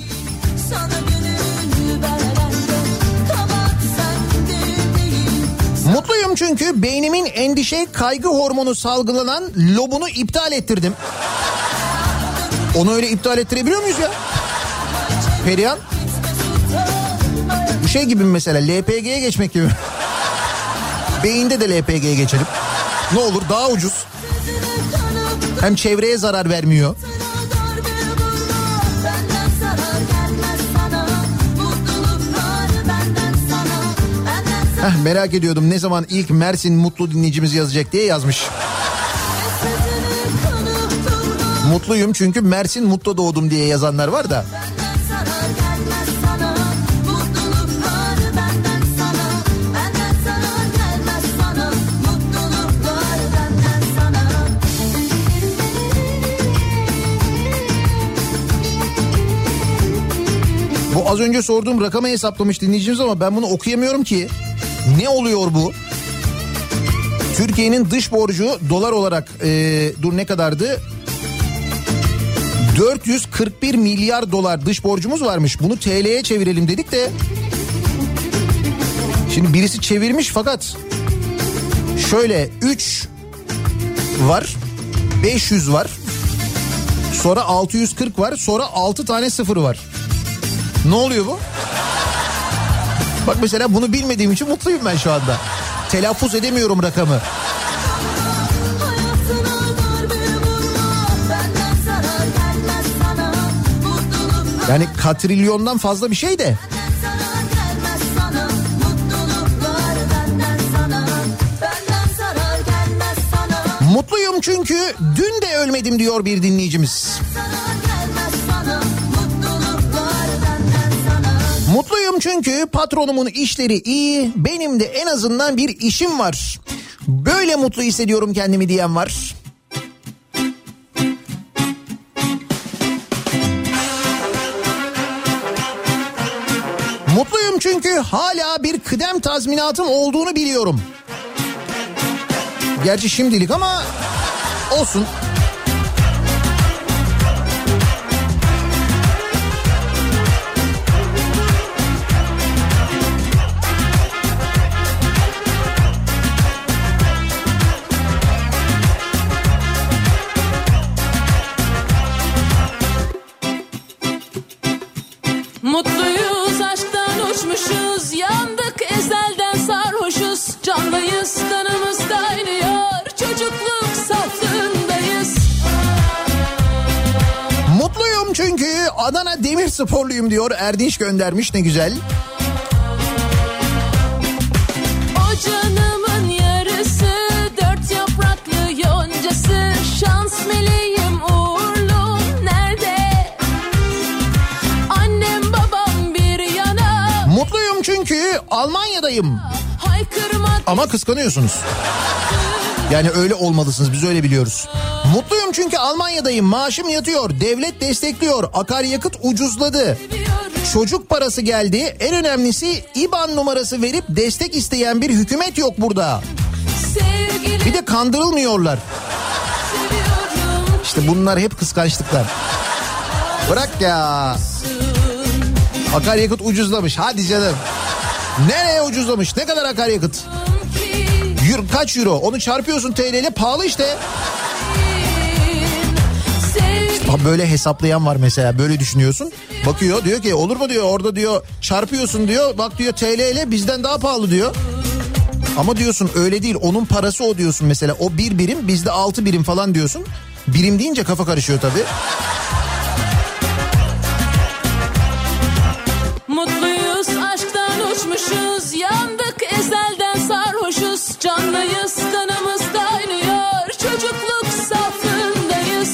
Mutluyum çünkü beynimin endişe, kaygı hormonu salgılanan lobunu iptal ettirdim. Onu öyle iptal ettirebiliyor muyuz ya? Perihan? Bu şey gibi mesela, LPG'ye geçmek gibi. Beyinde de LPG'ye geçelim. Ne olur, daha ucuz. Hem çevreye zarar vermiyor. Merak ediyordum ne zaman ilk Mersin mutlu dinleyicimiz yazacak diye yazmış. Mutluyum çünkü Mersin Mutlu doğdum diye yazanlar var da. Bu az önce sorduğum rakamı hesaplamış dinleyicimiz ama ben bunu okuyamıyorum ki. Ne oluyor bu? Türkiye'nin dış borcu dolar olarak dur ne kadardı? 441 milyar dolar dış borcumuz varmış. Bunu TL'ye çevirelim dedik de. Şimdi birisi çevirmiş fakat şöyle 3 var, 500 var, sonra 640 var, sonra 6 tane sıfır var. Ne oluyor bu? Bak mesela bunu bilmediğim için mutluyum ben şu anda. Telaffuz edemiyorum rakamı. Yani katrilyondan fazla bir şey de. Mutluyum çünkü dün de ölmedim diyor bir dinleyicimiz. Mutluyum çünkü patronumun işleri iyi, benim de en azından bir işim var. Böyle mutlu hissediyorum kendimi diyen var. Mutluyum çünkü hala bir kıdem tazminatım olduğunu biliyorum. Gerçi şimdilik ama olsun. Mutluyuz, aşktan uçmuşuz, yandık ezelden sarhoşuz, canlıyız, kanımız kaynıyor, çocukluk saflığındayız. Mutluyum çünkü Adana Demirsporluyum diyor Erdinç göndermiş, ne güzel. O canımın yarısı, dört yapraklı yoncası, şans meleğim uğurlu nerede? Annem babam bir yana. Mutluyum çünkü Almanya'dayım. Haykırmak Ama kıskanıyorsunuz. Yani öyle olmalısınız, biz öyle biliyoruz. Mutluyum çünkü Almanya'dayım, maaşım yatıyor, devlet destekliyor, akaryakıt ucuzladı. Çocuk parası geldi, en önemlisi IBAN numarası verip destek isteyen bir hükümet yok burada. sevgilim, Bir de kandırılmıyorlar. seviyorum. İşte bunlar hep kıskançlıklar. Bırak ya. Akaryakıt ucuzlamış, hadi canım. Nereye ucuzlamış, ne kadar akaryakıt? Kaç euro? Onu çarpıyorsun TL ile, pahalı işte. Böyle hesaplayan var mesela, böyle düşünüyorsun. Bakıyor, diyor ki olur mu diyor, orada diyor çarpıyorsun diyor. Bak diyor TL ile bizden daha pahalı diyor. Ama diyorsun öyle değil, onun parası o diyorsun mesela. O 1 birim, bizde 6 birim falan diyorsun. Birim deyince kafa karışıyor tabii. Mutluyuz, aşktan uçmuşuz, yandık ezelden sarhoşuz, canlıyız, kanımız kaynıyor, çocukluk saflığındayız.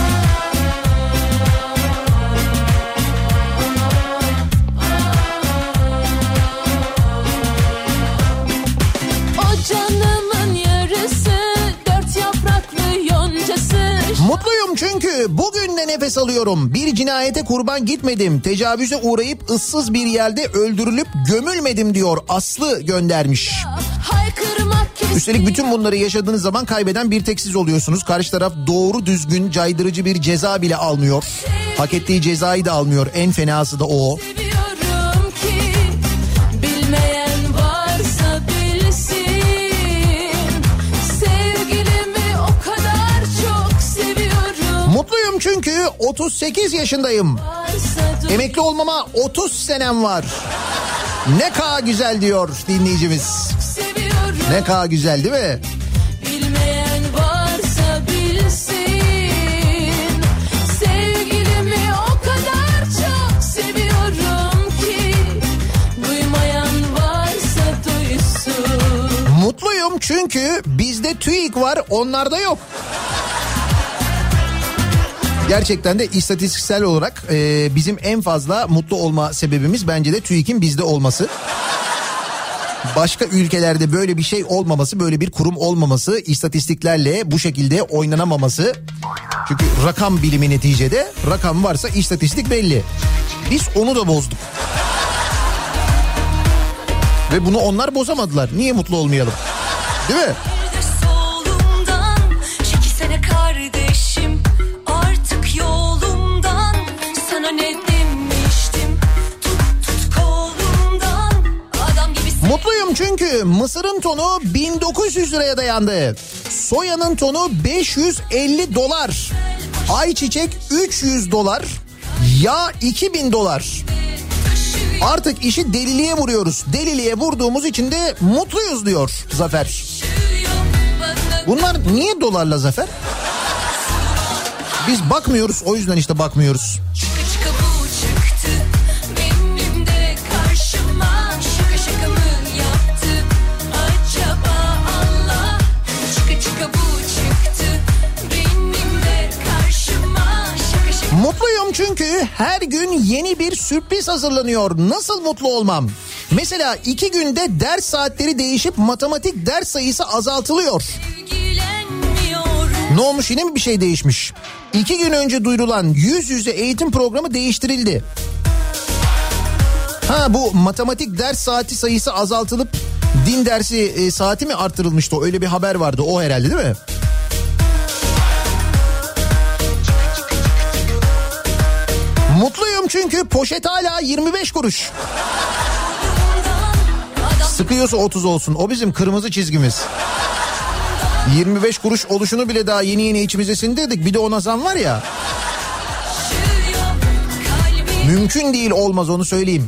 O canımın yarısı, dört yapraklı yoncası. Mutluyum çünkü bugün de nefes alıyorum. Bir cinayete kurban gitmedim. Tecavüze uğrayıp ıssız bir yerde öldürülüp gömülmedim diyor Aslı göndermiş. Üstelik bütün bunları yaşadığınız zaman kaybeden bir tek siz oluyorsunuz. Karşı taraf doğru düzgün caydırıcı bir ceza bile almıyor. Hak ettiği cezayı da almıyor. En fenası da o. Seviyorum ki bilmeyen varsa bilsin. Sevgilimi o kadar çok seviyorum. Mutluyum çünkü 38 yaşındayım. Emekli olmama 30 senem var. Ne kadar güzel diyor dinleyicimiz. Ne kadar güzel değil mi? Bilmeyen varsa bilsin. Sevgilimi o kadar çok seviyorum ki duymayan varsa duysun. Mutluyum çünkü bizde TÜİK var, onlarda yok. Gerçekten de istatistiksel olarak bizim en fazla mutlu olma sebebimiz bence de TÜİK'in bizde olması. Başka ülkelerde böyle bir şey olmaması, böyle bir kurum olmaması, istatistiklerle bu şekilde oynanamaması. Çünkü rakam bilimi neticede, rakam varsa istatistik belli. Biz onu da bozduk. Ve bunu onlar bozamadılar. Niye mutlu olmayalım? Değil mi? Mutluyum çünkü mısırın tonu 1900 liraya dayandı. Soyanın tonu 550 dolar. Ayçiçek 300 dolar. Yağ 2000 dolar. Artık işi deliliğe vuruyoruz. Deliliğe vurduğumuz için de mutluyuz diyor Zafer. Bunlar niye dolarla Zafer? Biz bakmıyoruz, o yüzden işte bakmıyoruz. Mutluyum çünkü her gün yeni bir sürpriz hazırlanıyor. Nasıl mutlu olmam? Mesela 2 günde ders saatleri değişip matematik ders sayısı azaltılıyor. Ne olmuş, yine mi bir şey değişmiş? 2 gün önce duyurulan yüz yüze eğitim programı değiştirildi. Ha, bu matematik ders saati sayısı azaltılıp din dersi saati mi artırılmıştı? Öyle bir haber vardı, o herhalde değil mi? Mutluyum çünkü poşet hala 25 kuruş. Sıkıyorsa 30 olsun. O bizim kırmızı çizgimiz. 25 kuruş oluşunu bile daha yeni yeni içimize sindirdik. Bir de ona zam var ya. Mümkün değil, olmaz, onu söyleyeyim.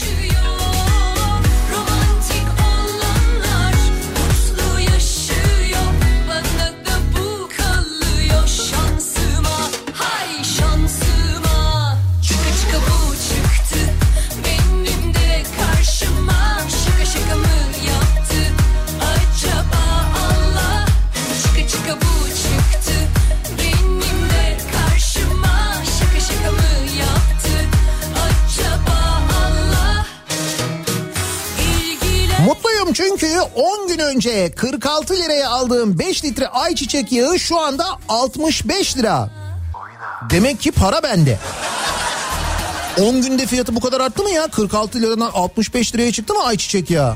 Çünkü 10 gün önce 46 liraya aldığım 5 litre ayçiçek yağı şu anda 65 lira. Demek ki para bende. 10 günde fiyatı bu kadar arttı mı ya? 46 liradan 65 liraya çıktı mı ayçiçek yağı?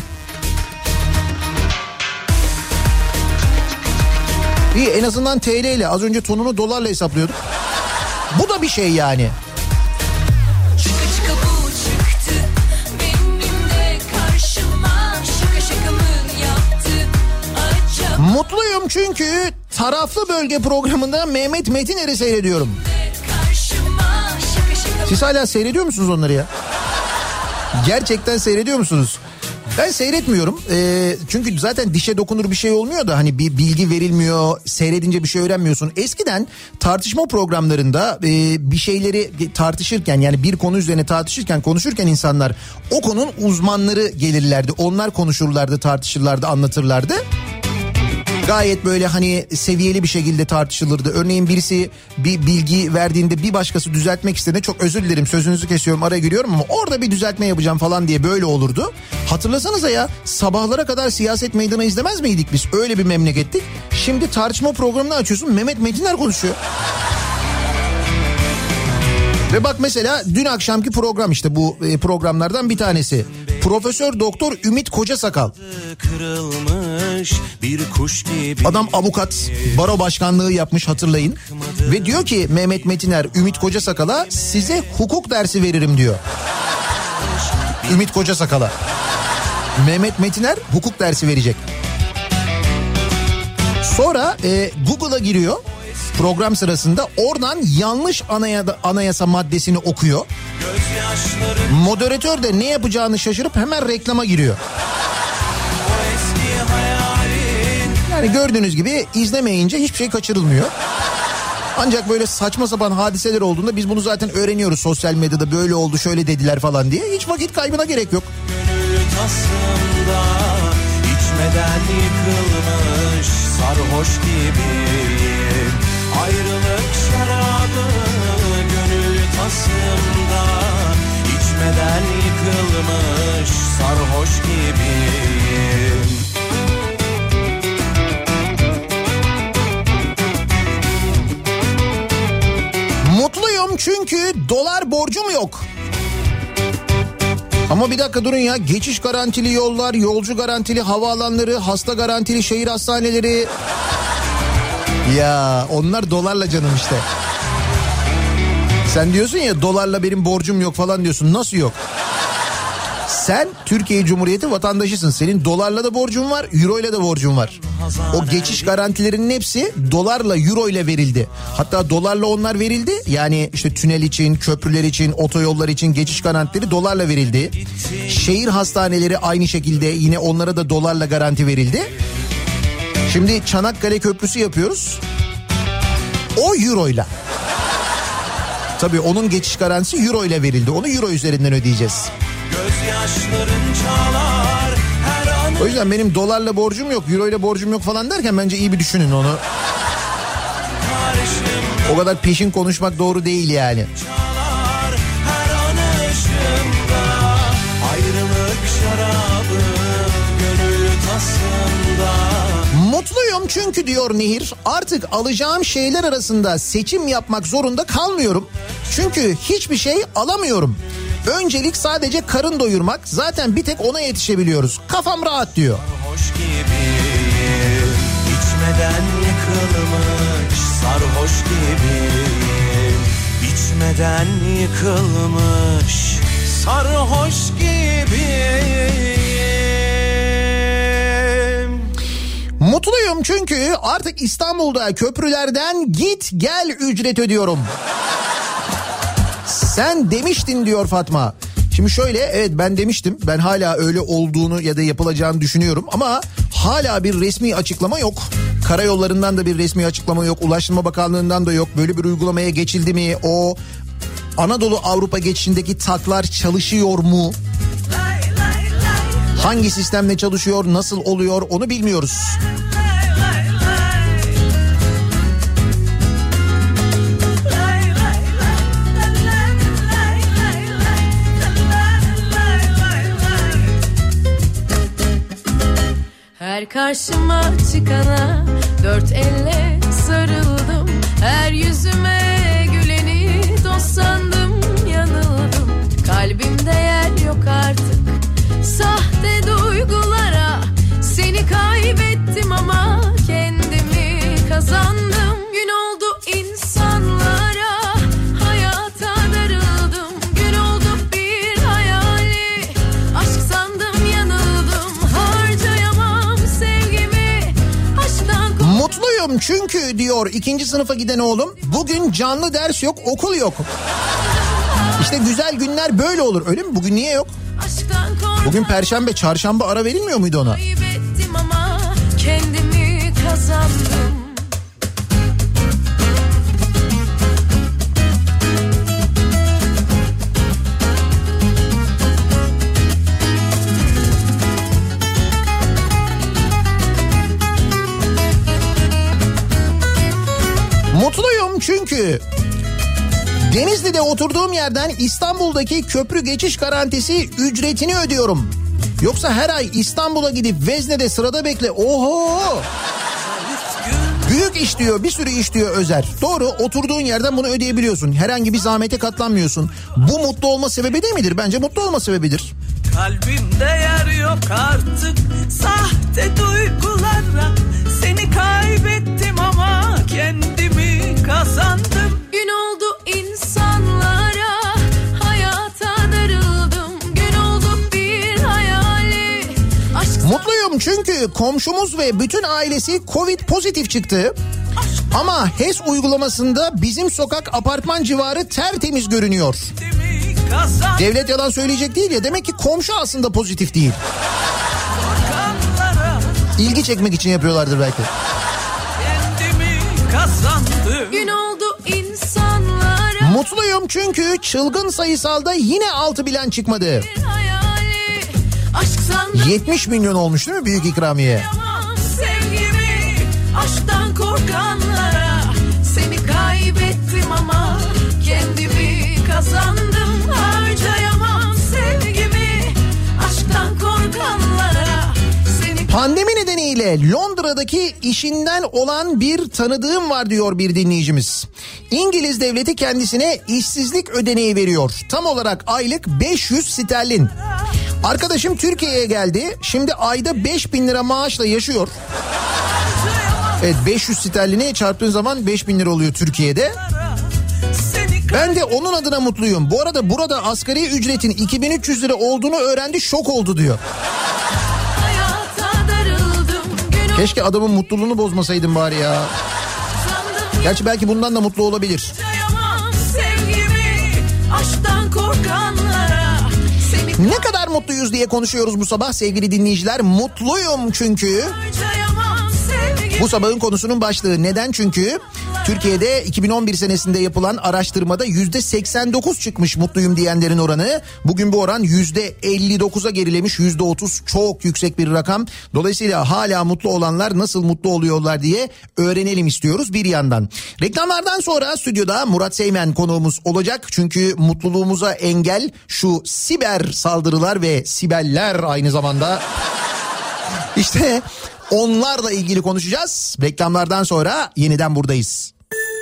İyi, en azından TL ile, az önce tonunu dolarla hesaplıyorduk. Bu da bir şey yani. Mutluyum çünkü taraflı bölge programında Mehmet Metiner'i seyrediyorum. Siz hala seyrediyor musunuz onları ya? Gerçekten seyrediyor musunuz? Ben seyretmiyorum. Çünkü zaten dişe dokunur bir şey olmuyor da, hani bir bilgi verilmiyor, seyredince bir şey öğrenmiyorsun. Eskiden tartışma programlarında bir şeyleri tartışırken, yani bir konu üzerine konuşurken insanlar, o konunun uzmanları gelirlerdi. Onlar konuşurlardı, tartışırlardı, anlatırlardı. Gayet böyle hani seviyeli bir şekilde tartışılırdı. Örneğin birisi bir bilgi verdiğinde bir başkası düzeltmek istediğinde, çok özür dilerim sözünüzü kesiyorum, araya giriyorum ama orada bir düzeltme yapacağım falan diye böyle olurdu. Hatırlasanıza ya, sabahlara kadar Siyaset Meydanı izlemez miydik biz? Öyle bir memlekettik. Şimdi tartışma programını açıyorsun, Mehmet Metiner konuşuyor. Ve bak mesela dün akşamki program, işte bu programlardan bir tanesi. Profesör Doktor Ümit Kocasakal. Adam avukat, baro başkanlığı yapmış, hatırlayın. Ve diyor ki Mehmet Metiner Ümit Kocasakal'a, size hukuk dersi veririm diyor. Ümit Kocasakal'a. Mehmet Metiner hukuk dersi verecek. Sonra Google'a giriyor program sırasında, oradan yanlış anayasa maddesini okuyor. Moderatör de ne yapacağını şaşırıp hemen reklama giriyor. Yani gördüğünüz gibi izlemeyince hiçbir şey kaçırılmıyor. Ancak böyle saçma sapan hadiseler olduğunda biz bunu zaten öğreniyoruz sosyal medyada, böyle oldu şöyle dediler falan diye. Hiç vakit kaybına gerek yok. Gönül tasımda içmeden yıkılmış sarhoş gibiyim. Ayrılık şarabı şarabı gönül tasımda, içmeden yıkılmış sarhoş gibiyim. Mutluyum çünkü dolar borcum yok. Ama bir dakika durun ya, geçiş garantili yollar, yolcu garantili havaalanları, hasta garantili şehir hastaneleri. Ya onlar dolarla canım işte. Sen diyorsun ya dolarla benim borcum yok falan diyorsun. Nasıl yok? Sen Türkiye Cumhuriyeti vatandaşısın. Senin dolarla da borcun var, euro ile de borcun var. O geçiş garantilerinin hepsi dolarla, euro ile verildi. Hatta dolarla onlar verildi. Yani işte tünel için, köprüler için, otoyollar için geçiş garantileri dolarla verildi. Şehir hastaneleri aynı şekilde yine onlara da dolarla garanti verildi. Şimdi Çanakkale Köprüsü yapıyoruz. O euro ile. Tabii onun geçiş garantisi euro ile verildi. Onu euro üzerinden ödeyeceğiz. O yüzden benim dolarla borcum yok, euro ile borcum yok falan derken bence iyi bir düşünün onu. O kadar peşin konuşmak doğru değil yani. Mutluyum çünkü diyor Nehir, artık alacağım şeyler arasında seçim yapmak zorunda kalmıyorum. Çünkü hiçbir şey alamıyorum. Öncelik sadece karın doyurmak. Zaten bir tek ona yetişebiliyoruz. Kafam rahat diyor. Sarhoş gibiyim, içmeden yıkılmış sarhoş gibiyim, içmeden yıkılmış sarhoş gibiyim. Mutluyum çünkü artık İstanbul'da köprülerden git gel ücret ödüyorum. Sen demiştin diyor Fatma. Şimdi şöyle, evet ben demiştim. Ben hala öyle olduğunu ya da yapılacağını düşünüyorum. Ama hala bir resmi açıklama yok. Karayollarından da bir resmi açıklama yok. Ulaştırma Bakanlığı'ndan da yok. Böyle bir uygulamaya geçildi mi? O Anadolu Avrupa geçişindeki taklar çalışıyor mu? Hangi sistemle çalışıyor? Nasıl oluyor? Onu bilmiyoruz. Her karşıma çıkana dört elle sarıldım. Her yüzüme güleni dost sandım, yanıldım. Kalbimde yer yok artık sahte duygulara. Seni kaybettim ama kendimi kazandım. Gün oldu insanlara, hayata darıldım. Gün oldu bir hayali, aşk sandım, yanıldım. Harcayamam sevgimi aşktan. Mutluyum çünkü diyor 2. sınıfa giden oğlum. Bugün canlı ders yok, okul yok. İşte güzel günler böyle olur, öyle mi? Bugün niye yok? Bugün Perşembe, Çarşamba ara verilmiyor muydu ona? Kaybettim ama kendimi kazandım. Mutluyum çünkü Denizli'de oturduğum yerden İstanbul'daki köprü geçiş garantisi ücretini ödüyorum. Yoksa her ay İstanbul'a gidip Vezne'de sırada bekle. Oho! Büyük iş diyor, bir sürü iş diyor Özer. Doğru, oturduğun yerden bunu ödeyebiliyorsun. Herhangi bir zahmete katlanmıyorsun. Bu mutlu olma sebebi değil midir? Bence mutlu olma sebebidir. Kalbimde yer yok artık sahte duygulara. Seni kaybettim ama kendimi kazandım. Gün oldu insanlara, hayata darıldım. Gün oldu bir hayali, aşk. Mutluyum çünkü komşumuz ve bütün ailesi Covid pozitif çıktı. Ama HES uygulamasında bizim sokak apartman civarı tertemiz görünüyor. Devlet yalan söyleyecek değil ya, demek ki komşu aslında pozitif değil. İlgi çekmek için yapıyorlardır belki. Gün oldu insanlara. Mutluyum çünkü çılgın sayısalda yine 6 bilen çıkmadı. Hayali, aşk sandım. 70 milyon olmuş değil mi büyük ikramiye? Sevgimi aşktan korkanlara. Seni kaybettim ama sandım harcayamam sevgimi aşktan korkanlara. Seni Pandemi nedeniyle Londra'daki işinden olan bir tanıdığım var diyor bir dinleyicimiz. İngiliz devleti kendisine işsizlik ödeneği veriyor. Tam olarak aylık 500 sterlin. Arkadaşım Türkiye'ye geldi. Şimdi ayda 5.000 lira maaşla yaşıyor. Evet, 500 sterlini çarptığın zaman 5.000 lira oluyor Türkiye'de. Ben de onun adına mutluyum. Bu arada burada asgari ücretin 2300 lira olduğunu öğrendi, şok oldu diyor. Keşke adamın mutluluğunu bozmasaydım bari ya. Gerçi belki bundan da mutlu olabilir. Ne kadar mutluyuz diye konuşuyoruz bu sabah sevgili dinleyiciler. Mutluyum çünkü. Bu sabahın konusunun başlığı. Neden? Çünkü Türkiye'de 2011 senesinde yapılan araştırmada %89 çıkmış mutluyum diyenlerin oranı. Bugün bu oran %59'a gerilemiş, %30 çok yüksek bir rakam. Dolayısıyla hala mutlu olanlar nasıl mutlu oluyorlar diye öğrenelim istiyoruz bir yandan. Reklamlardan sonra stüdyoda Murat Seymen konuğumuz olacak. Çünkü mutluluğumuza engel şu siber saldırılar ve sibeller aynı zamanda. İşte onlarla ilgili konuşacağız. Reklamlardan sonra yeniden buradayız.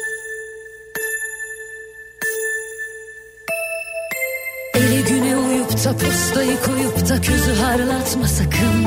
Eli güne uyup da postayı koyup da közü harlatma sakın.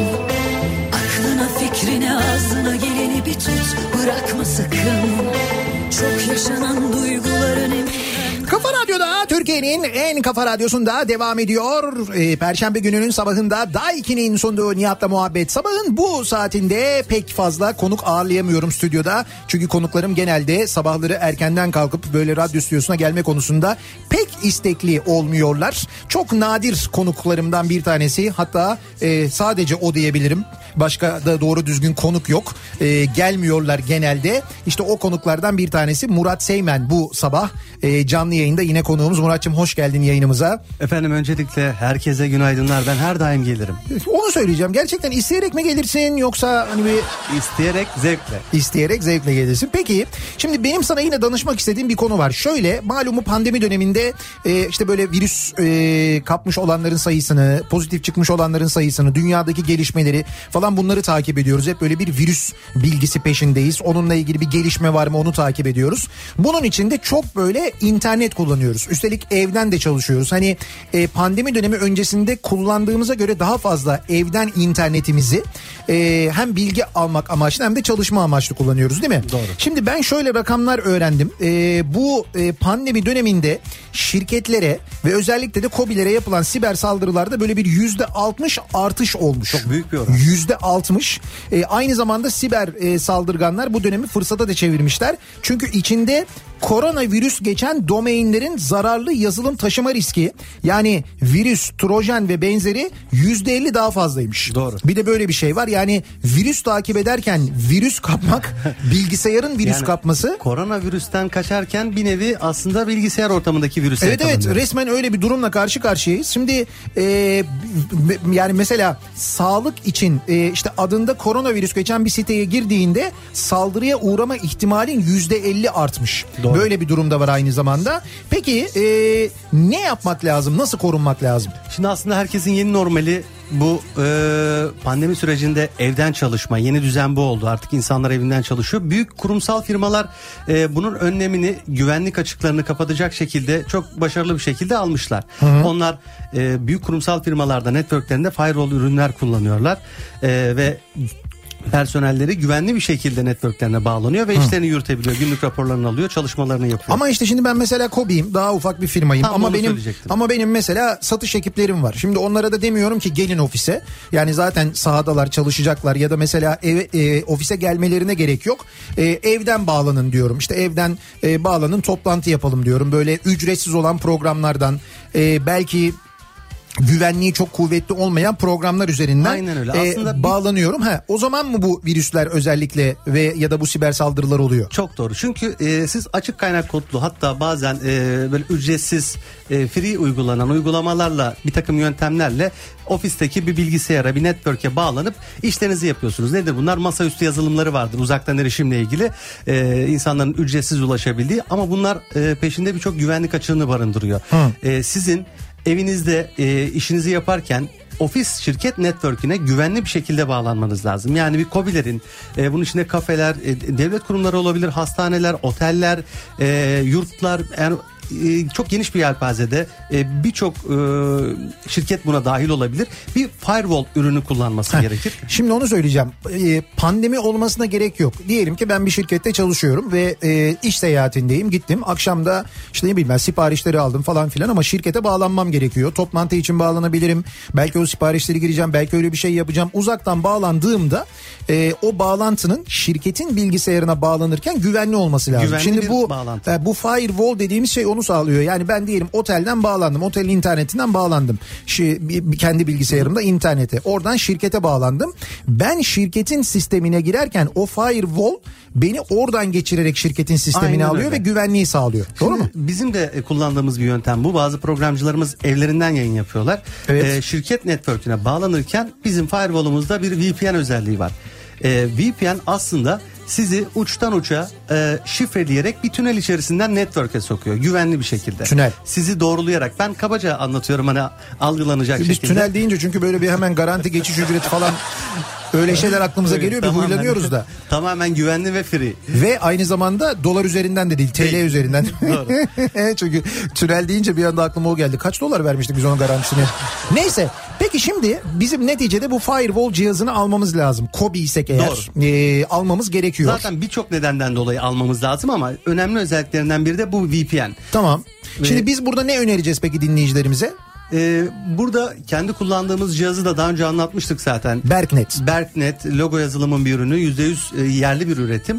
Aklına fikrine ağzına geleni bir tut, bırakma sakın. Çok yaşanan duyguların Kafa Radyo'da, Türkiye'nin en kafa radyosunda devam ediyor. Perşembe gününün sabahında Daiki'nin sunduğu Nihat'la Muhabbet. Sabahın bu saatinde pek fazla konuk ağırlayamıyorum stüdyoda. Çünkü konuklarım genelde sabahları erkenden kalkıp böyle radyo stüdyosuna gelme konusunda pek istekli olmuyorlar. Çok nadir konuklarımdan bir tanesi, hatta sadece o diyebilirim. Başka da doğru düzgün konuk yok. Gelmiyorlar genelde. İşte o konuklardan bir tanesi Murat Seymen bu sabah canlı yayında yine konuğumuz. Murat'cığım hoş geldin yayınımıza. Efendim öncelikle herkese günaydınlar. Ben her daim gelirim. Onu söyleyeceğim. Gerçekten isteyerek mi gelirsin yoksa hani bir... İsteyerek, zevkle. İsteyerek, zevkle gelirsin. Peki şimdi benim sana yine danışmak istediğim bir konu var. Şöyle, malumu pandemi döneminde işte böyle virüs kapmış olanların sayısını, pozitif çıkmış olanların sayısını, dünyadaki gelişmeleri falan bunları takip ediyoruz. Hep böyle bir virüs bilgisi peşindeyiz. Onunla ilgili bir gelişme var mı onu takip ediyoruz. Bunun için de çok böyle internet kullanıyoruz. Üstelik evden de çalışıyoruz. Hani pandemi dönemi öncesinde kullandığımıza göre daha fazla evden internetimizi hem bilgi almak amaçlı hem de çalışma amaçlı kullanıyoruz değil mi? Doğru. Şimdi ben şöyle rakamlar öğrendim. Bu pandemi döneminde şirketlere ve özellikle de KOBİ'lere yapılan siber saldırılarda böyle bir %60 artış olmuş. Çok büyük bir oran. %60. Aynı zamanda siber saldırganlar bu dönemi fırsata da çevirmişler. Çünkü içinde koronavirüs geçen domainlerin zararlı yazılım taşıma riski, yani virüs, trojan ve benzeri %50 daha fazlaymış. Doğru. Bir de böyle bir şey var, yani virüs takip ederken virüs kapmak, bilgisayarın virüs yani, kapması. Koronavirüsten kaçarken bir nevi aslında bilgisayar ortamındaki virüse yakalanıyor. Evet, resmen öyle bir durumla karşı karşıyayız. Şimdi yani mesela sağlık için işte adında koronavirüs geçen bir siteye girdiğinde saldırıya uğrama ihtimalin %50 artmış. Doğru. Böyle bir durumda var aynı zamanda. Peki ne yapmak lazım? Nasıl korunmak lazım? Şimdi aslında herkesin yeni normali bu pandemi sürecinde evden çalışma, yeni düzen bu oldu. Artık insanlar evinden çalışıyor. Büyük kurumsal firmalar bunun önlemini, güvenlik açıklarını kapatacak şekilde çok başarılı bir şekilde almışlar. Hı-hı. Onlar büyük kurumsal firmalarda networklerinde firewall ürünler kullanıyorlar ve personelleri güvenli bir şekilde networklerine bağlanıyor ve işlerini yürütebiliyor. Günlük raporlarını alıyor, çalışmalarını yapıyor. Ama işte şimdi ben mesela KOBİ'yim, daha ufak bir firmayım. Tam ama benim mesela satış ekiplerim var. Şimdi onlara da demiyorum ki gelin ofise. Yani zaten sahadalar, çalışacaklar ya da mesela ofise gelmelerine gerek yok. Evden bağlanın diyorum. İşte evden bağlanın, toplantı yapalım diyorum. Böyle ücretsiz olan programlardan belki güvenliği çok kuvvetli olmayan programlar üzerinden Aynen öyle. Aslında bağlanıyorum. O zaman mı bu virüsler özellikle ve ya da bu siber saldırılar oluyor? Çok doğru. Çünkü siz açık kaynak kodlu, hatta bazen böyle ücretsiz free uygulanan uygulamalarla, bir takım yöntemlerle ofisteki bir bilgisayara, bir network'e bağlanıp işlerinizi yapıyorsunuz. Nedir bunlar? Masaüstü yazılımları vardır uzaktan erişimle ilgili, insanların ücretsiz ulaşabildiği, ama bunlar peşinde birçok güvenlik açığını barındırıyor. Sizin evinizde işinizi yaparken ofis şirket network'ine güvenli bir şekilde bağlanmanız lazım. Yani bir KOBİ'lerin, bunun içinde kafeler, devlet kurumları olabilir, hastaneler, oteller, yurtlar, yani çok geniş bir yelpazede birçok şirket buna dahil olabilir. Bir firewall ürünü kullanması gerekir. Şimdi onu söyleyeceğim. Pandemi olmasına gerek yok. Diyelim ki ben bir şirkette çalışıyorum ve iş seyahatindeyim. Gittim. Akşam da işte ne bileyim ben siparişleri aldım falan filan, ama şirkete bağlanmam gerekiyor. Toplantı için bağlanabilirim. Belki o siparişleri gireceğim. Belki öyle bir şey yapacağım. Uzaktan bağlandığımda o bağlantının şirketin bilgisayarına bağlanırken güvenli olması lazım. Güvenli. Şimdi bu bağlantı. firewall dediğimiz şey onu sağlıyor. Yani ben diyelim otelden bağlandım. Otelin internetinden bağlandım. Kendi bilgisayarımda internete. Oradan şirkete bağlandım. Ben şirketin sistemine girerken o firewall beni oradan geçirerek şirketin sistemine Aynen alıyor öyle. ve güvenliği sağlıyor. Doğru mu? Bizim de kullandığımız bir yöntem bu. Bazı programcılarımız evlerinden yayın yapıyorlar. Evet. Şirket network'üne bağlanırken bizim firewall'umuzda bir VPN özelliği var. VPN aslında sizi uçtan uça şifreleyerek bir tünel içerisinden network'e sokuyor. Güvenli bir şekilde. Tünel. Sizi doğrulayarak. Ben kabaca anlatıyorum, hani algılanacak Biz şekilde. tünel deyince çünkü böyle bir hemen garanti geçiş ücreti falan öyle şeyler aklımıza geliyor. Bir Tamamen- huylanıyoruz da. Tamamen güvenli ve free. Ve aynı zamanda dolar üzerinden de değil, TL üzerinden. Çünkü tünel deyince bir anda aklıma o geldi. Kaç dolar vermiştik biz onun garantisini? Neyse. Peki şimdi bizim neticede bu firewall cihazını almamız lazım. KOBİ isek eğer almamız gerekiyor. Zaten birçok nedenden dolayı almamız lazım, ama önemli özelliklerinden biri de bu VPN. Tamam. Şimdi biz burada ne önereceğiz peki dinleyicilerimize? Burada kendi kullandığımız cihazı da daha önce anlatmıştık zaten. Berknet logo yazılımın bir ürünü, %100 yerli bir üretim.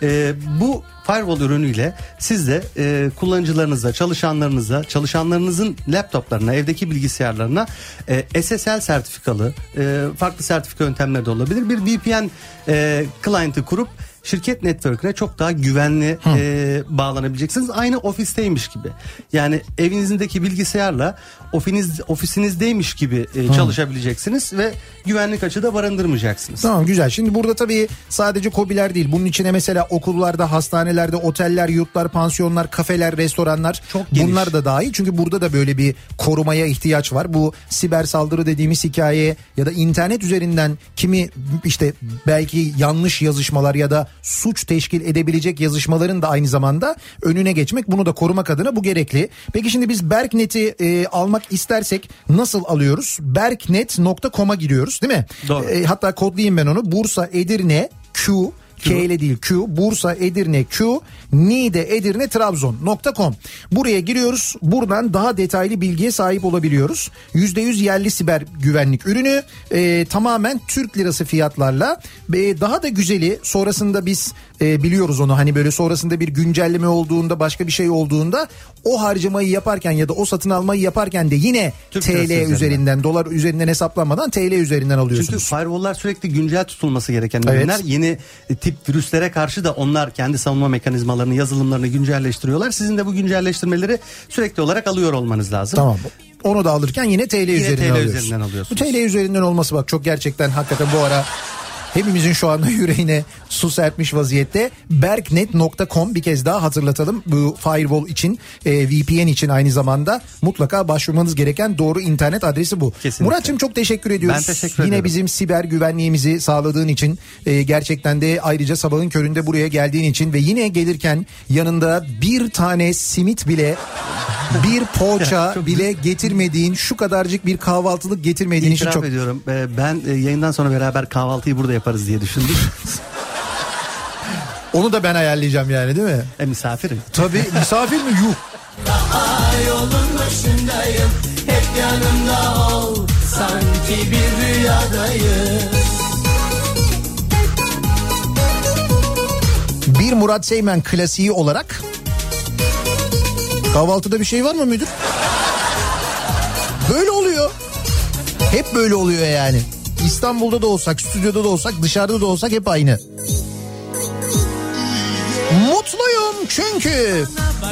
Bu firewall ürünüyle siz de kullanıcılarınıza, çalışanlarınızın laptoplarına, evdeki bilgisayarlarına SSL sertifikalı, farklı sertifika yöntemleri de olabilir, bir VPN client'ı kurup şirket network'üne çok daha güvenli bağlanabileceksiniz. Aynı ofisteymiş gibi. Yani evinizdeki bilgisayarla ofisinizdeymiş gibi çalışabileceksiniz ve güvenlik açığı da barındırmayacaksınız. Tamam, güzel. Şimdi burada tabii sadece KOBİ'ler değil. Bunun içine mesela okullarda, hastanelerde, oteller, yurtlar, pansiyonlar, kafeler, restoranlar, çok geniş. Bunlar da dahil. Çünkü burada da böyle bir korumaya ihtiyaç var. Bu siber saldırı dediğimiz hikaye ya da internet üzerinden kimi işte belki yanlış yazışmalar ya da suç teşkil edebilecek yazışmaların da aynı zamanda önüne geçmek, bunu da korumak adına bu gerekli. Peki şimdi biz Berknet'i almak istersek nasıl alıyoruz? Berknet.com'a giriyoruz değil mi? Doğru. Hatta kodlayayım ben onu. Bursa, Edirne, K ile değil Q, Bursa, Edirne, Q, Niğde, Edirne, Trabzon.com. Buraya giriyoruz. Buradan daha detaylı bilgiye sahip olabiliyoruz. %100 yerli siber güvenlik ürünü, tamamen Türk lirası fiyatlarla. Daha da güzeli, sonrasında biz biliyoruz onu, hani böyle sonrasında bir güncelleme olduğunda, başka bir şey olduğunda o harcamayı yaparken ya da o satın almayı yaparken de yine Türk TL lirası üzerinden, dolar üzerinden hesaplanmadan TL üzerinden alıyorsunuz. Çünkü firewall'lar sürekli güncel tutulması gereken ürünler. Yeni tip virüslere karşı da onlar kendi savunma mekanizmalarını, yazılımlarını güncelleştiriyorlar. Sizin de bu güncelleştirmeleri sürekli olarak alıyor olmanız lazım. Tamam. Onu da alırken yine TL üzerinden alıyoruz. üzerinden alıyorsunuz. Bu TL üzerinden olması bak çok gerçekten hakikaten bu ara hepimizin şu anda yüreğine su serpmiş vaziyette. Berknet.com, bir kez daha hatırlatalım. Bu firewall için, VPN için aynı zamanda mutlaka başvurmanız gereken doğru internet adresi bu. Kesinlikle. Murat'cığım çok teşekkür ediyoruz. Ben teşekkür Yine ederim. bizim siber güvenliğimizi sağladığın için, gerçekten de ayrıca sabahın köründe buraya geldiğin için ve yine gelirken yanında bir tane simit bile, bir poğaça bile getirmediğin, şu kadarcık bir kahvaltılık getirmediğin için İtiraf çok... ediyorum. Ben yayından sonra beraber kahvaltıyı burada yaparız diye düşündüm. Onu da ben ayarlayacağım yani, değil mi? Misafirim. Tabii, misafir mi? Yuh. Daha yolun başındayım, hep yanımda ol, sanki bir rüyadayım. Bir Murat Seymen klasiği olarak kahvaltıda bir şey var mı müdür? Böyle oluyor. Hep böyle oluyor yani. İstanbul'da da olsak, stüdyoda da olsak, dışarıda da olsak hep aynı. Mutluyum çünkü.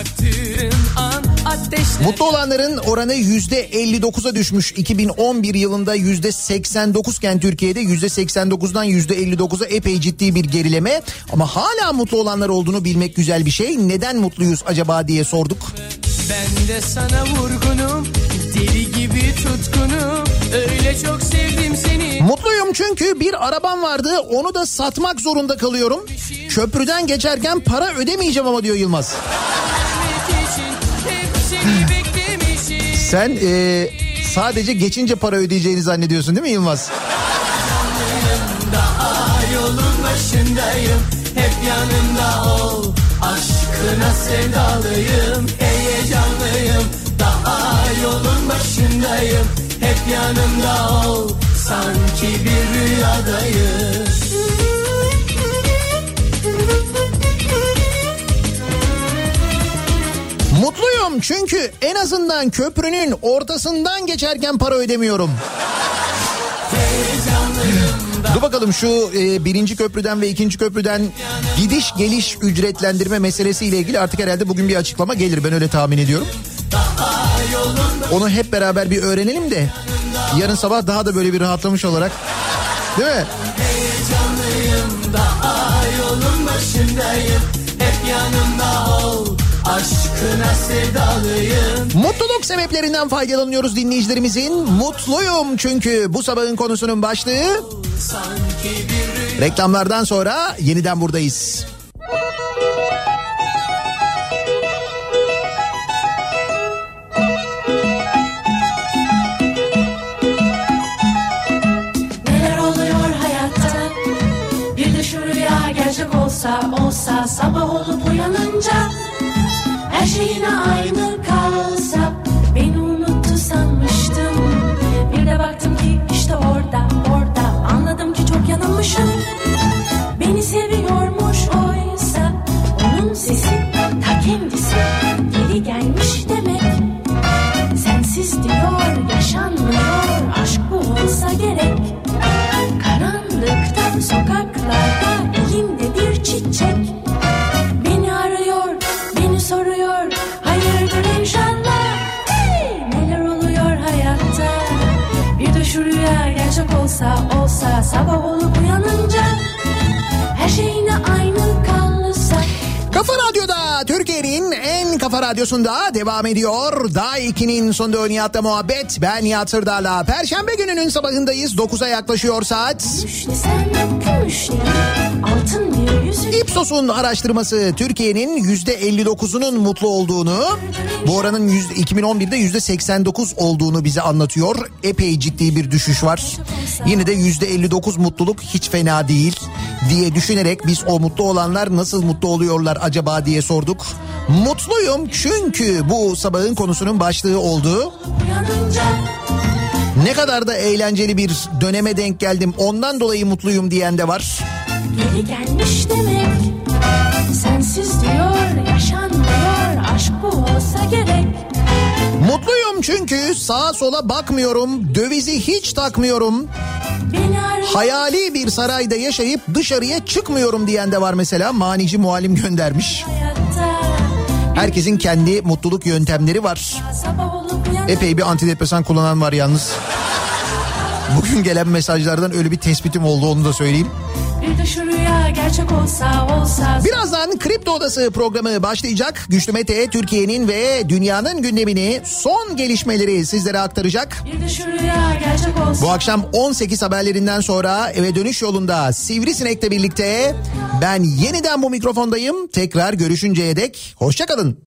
Mutlu olanların oranı %59'a düşmüş. 2011 yılında %89 iken Türkiye'de %89'dan %59'a epey ciddi bir gerileme. Ama hala mutlu olanlar olduğunu bilmek güzel bir şey. Neden mutluyuz acaba diye sorduk. Ben de sana vurgunum, deli gibi tutkunum, öyle çok sevdim seni. Mutluyum çünkü bir arabam vardı, onu da satmak zorunda kalıyorum. Köprüden geçerken para ödemeyeceğim ama diyor Yılmaz. Sen sadece geçince para ödeyeceğini zannediyorsun değil mi Yılmaz? Daha yolun başındayım, hep yanımda ol. Aşkına sevdalıyım, heyecanlıyım. Daha yolun başındayım, hep yanımda ol. Sanki bir rüyadayım. Mutluyum çünkü en azından köprünün ortasından geçerken para ödemiyorum. Dur bakalım şu birinci köprüden ve ikinci köprüden gidiş geliş ücretlendirme meselesiyle ilgili artık herhalde bugün bir açıklama gelir, ben öyle tahmin ediyorum. Onu hep beraber bir öğrenelim de yarın sabah daha da böyle bir rahatlamış olarak, değil mi? Heyecanlıyım, daha yolun başındayım, hep yanımda ol. Aşkına sevdalıyım. Mutluluk sebeplerinden faydalanıyoruz dinleyicilerimizin. Mutluyum çünkü bu sabahın konusunun başlığı. Reklamlardan sonra yeniden buradayız. Neler oluyor hayatta? Bir de şu rüya gerçek olsa sabah olup uyanınca her şey yine aynı kalsa, beni unuttu sanmıştım. Bir de baktım ki işte orada anladım ki çok yanılmışım. Beni seviyormuş oysa onun sesi ta kendisi geri gelmiş demek. Sensiz diyor yaşanmıyor, aşk bu olsa gerek. Karanlıkta sokaklarda elimde bir çiçek. Beni arıyor, beni soruyor, hayırdır inşallah. Hey! Neler oluyor hayatta? Bir de şu rüya gerçek olsa sabah olup uyanınca her şey yine aynı kalırsa. Kafa Radyo'da, Türkiye'nin en kafa radyosunda devam ediyor. Daha 2'nin sonunda Nihat'la muhabbet. Ben Nihat Sırdar'la. Perşembe gününün sabahındayız. 9'a yaklaşıyor saat. Ipsos'un araştırması Türkiye'nin %59'unun mutlu olduğunu, bu oranın 2011'de %89 olduğunu bize anlatıyor. Epey ciddi bir düşüş var. Yine de %59 mutluluk hiç fena değil diye düşünerek biz o mutlu olanlar nasıl mutlu oluyorlar acaba diye sorduk. Mutluyum çünkü bu sabahın konusunun başlığı oldu. Ne kadar da eğlenceli bir döneme denk geldim, ondan dolayı mutluyum diyen de var. Geri gelmiş demek. Sensiz diyor yaşanmıyor, aşk bu olsa gerek. Mutluyum çünkü sağa sola bakmıyorum, dövizi hiç takmıyorum. Hayali bir sarayda yaşayıp dışarıya çıkmıyorum diyen de var mesela. Manici Muallim göndermiş. Herkesin kendi mutluluk yöntemleri var. Epey bir antidepresan kullanan var yalnız. Bugün gelen mesajlardan öyle bir tespitim oldu, onu da söyleyeyim. Bir de şu rüya gerçek olsa. Birazdan Kripto Odası programı başlayacak. Güçlü Mete Türkiye'nin ve dünyanın gündemini, son gelişmeleri sizlere aktaracak. Bir de şu rüya gerçek olsa. Bu akşam 18 haberlerinden sonra eve dönüş yolunda Sivrisinek'le birlikte ben yeniden bu mikrofondayım. Tekrar görüşünceye dek hoşça kalın.